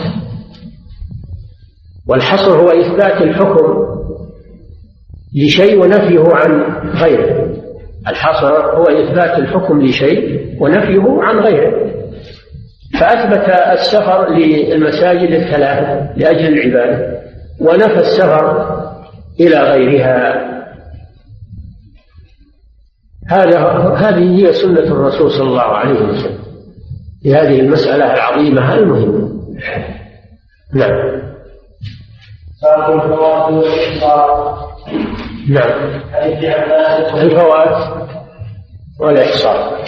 والحصر هو إثبات الحكم لشيء ونفيه عن غيره. الحصر هو إثبات الحكم لشيء ونفيه عن غيره، فأثبت السفر للمساجد الثلاثة لأجل العبادة ونفى السفر إلى غيرها. هذا هذه هي سنة الرسول صلى الله عليه وسلم في هذه المسألة العظيمة المهمة. نعم. باب الفوات والإحصار. نعم. حديث عباس الفوات والإحصار.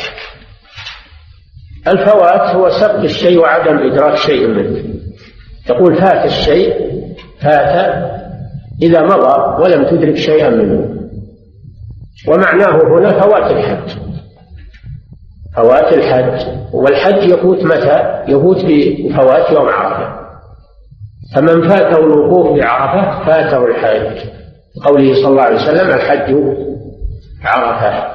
الفوات هو سبق الشيء وعدم إدراك شيء منه. تقول فات الشيء، فات إذا مضى ولم تدرك شيئا منه. ومعناه هنا فوات الحج، فوات الحج. والحج يفوت متى؟ يفوت بفوات يوم عرفة. فمن فاته الوقوف بعرفة فاته الحج، قوله صلى الله عليه وسلم الحج عرفة.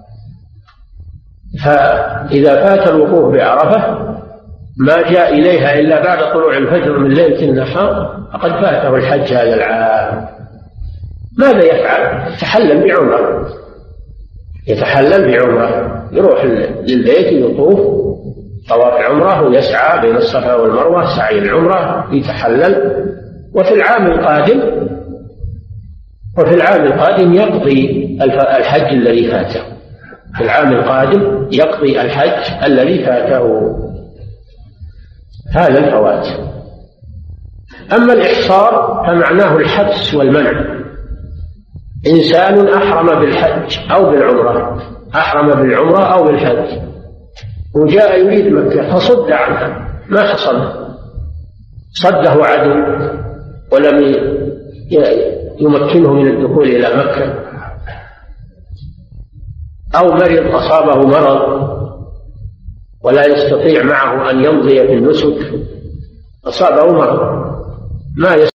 فإذا فات الوقوف بعرفة ما جاء إليها إلا بعد طلوع الفجر من ليلة النحر فقد فاته الحج هذا العام. ماذا يفعل؟ يتحلل بعمرة، يتحلل بعمرة، يروح للبيت يطوف طواف عمرة ويسعى بين الصفا والمروة سعي العمرة، يتحلل. وفي العام القادم وفي العام القادم يقضي الحج الذي فاته. في العام القادم يقضي الحج الذي فاته. هذا الفوات. أما الإحصار فمعناه الحبس والمنع. إنسان أحرم بالحج أو بالعمرة، أحرم بالعمرة أو بالحج وجاء يريد مكة فصد عنها، ما حصل، صده عدو ولم يمكنه من الدخول إلى مكة، أو مرض أصابه مرض ولا يستطيع معه أن يمضي في النسك، أصابه مرض ما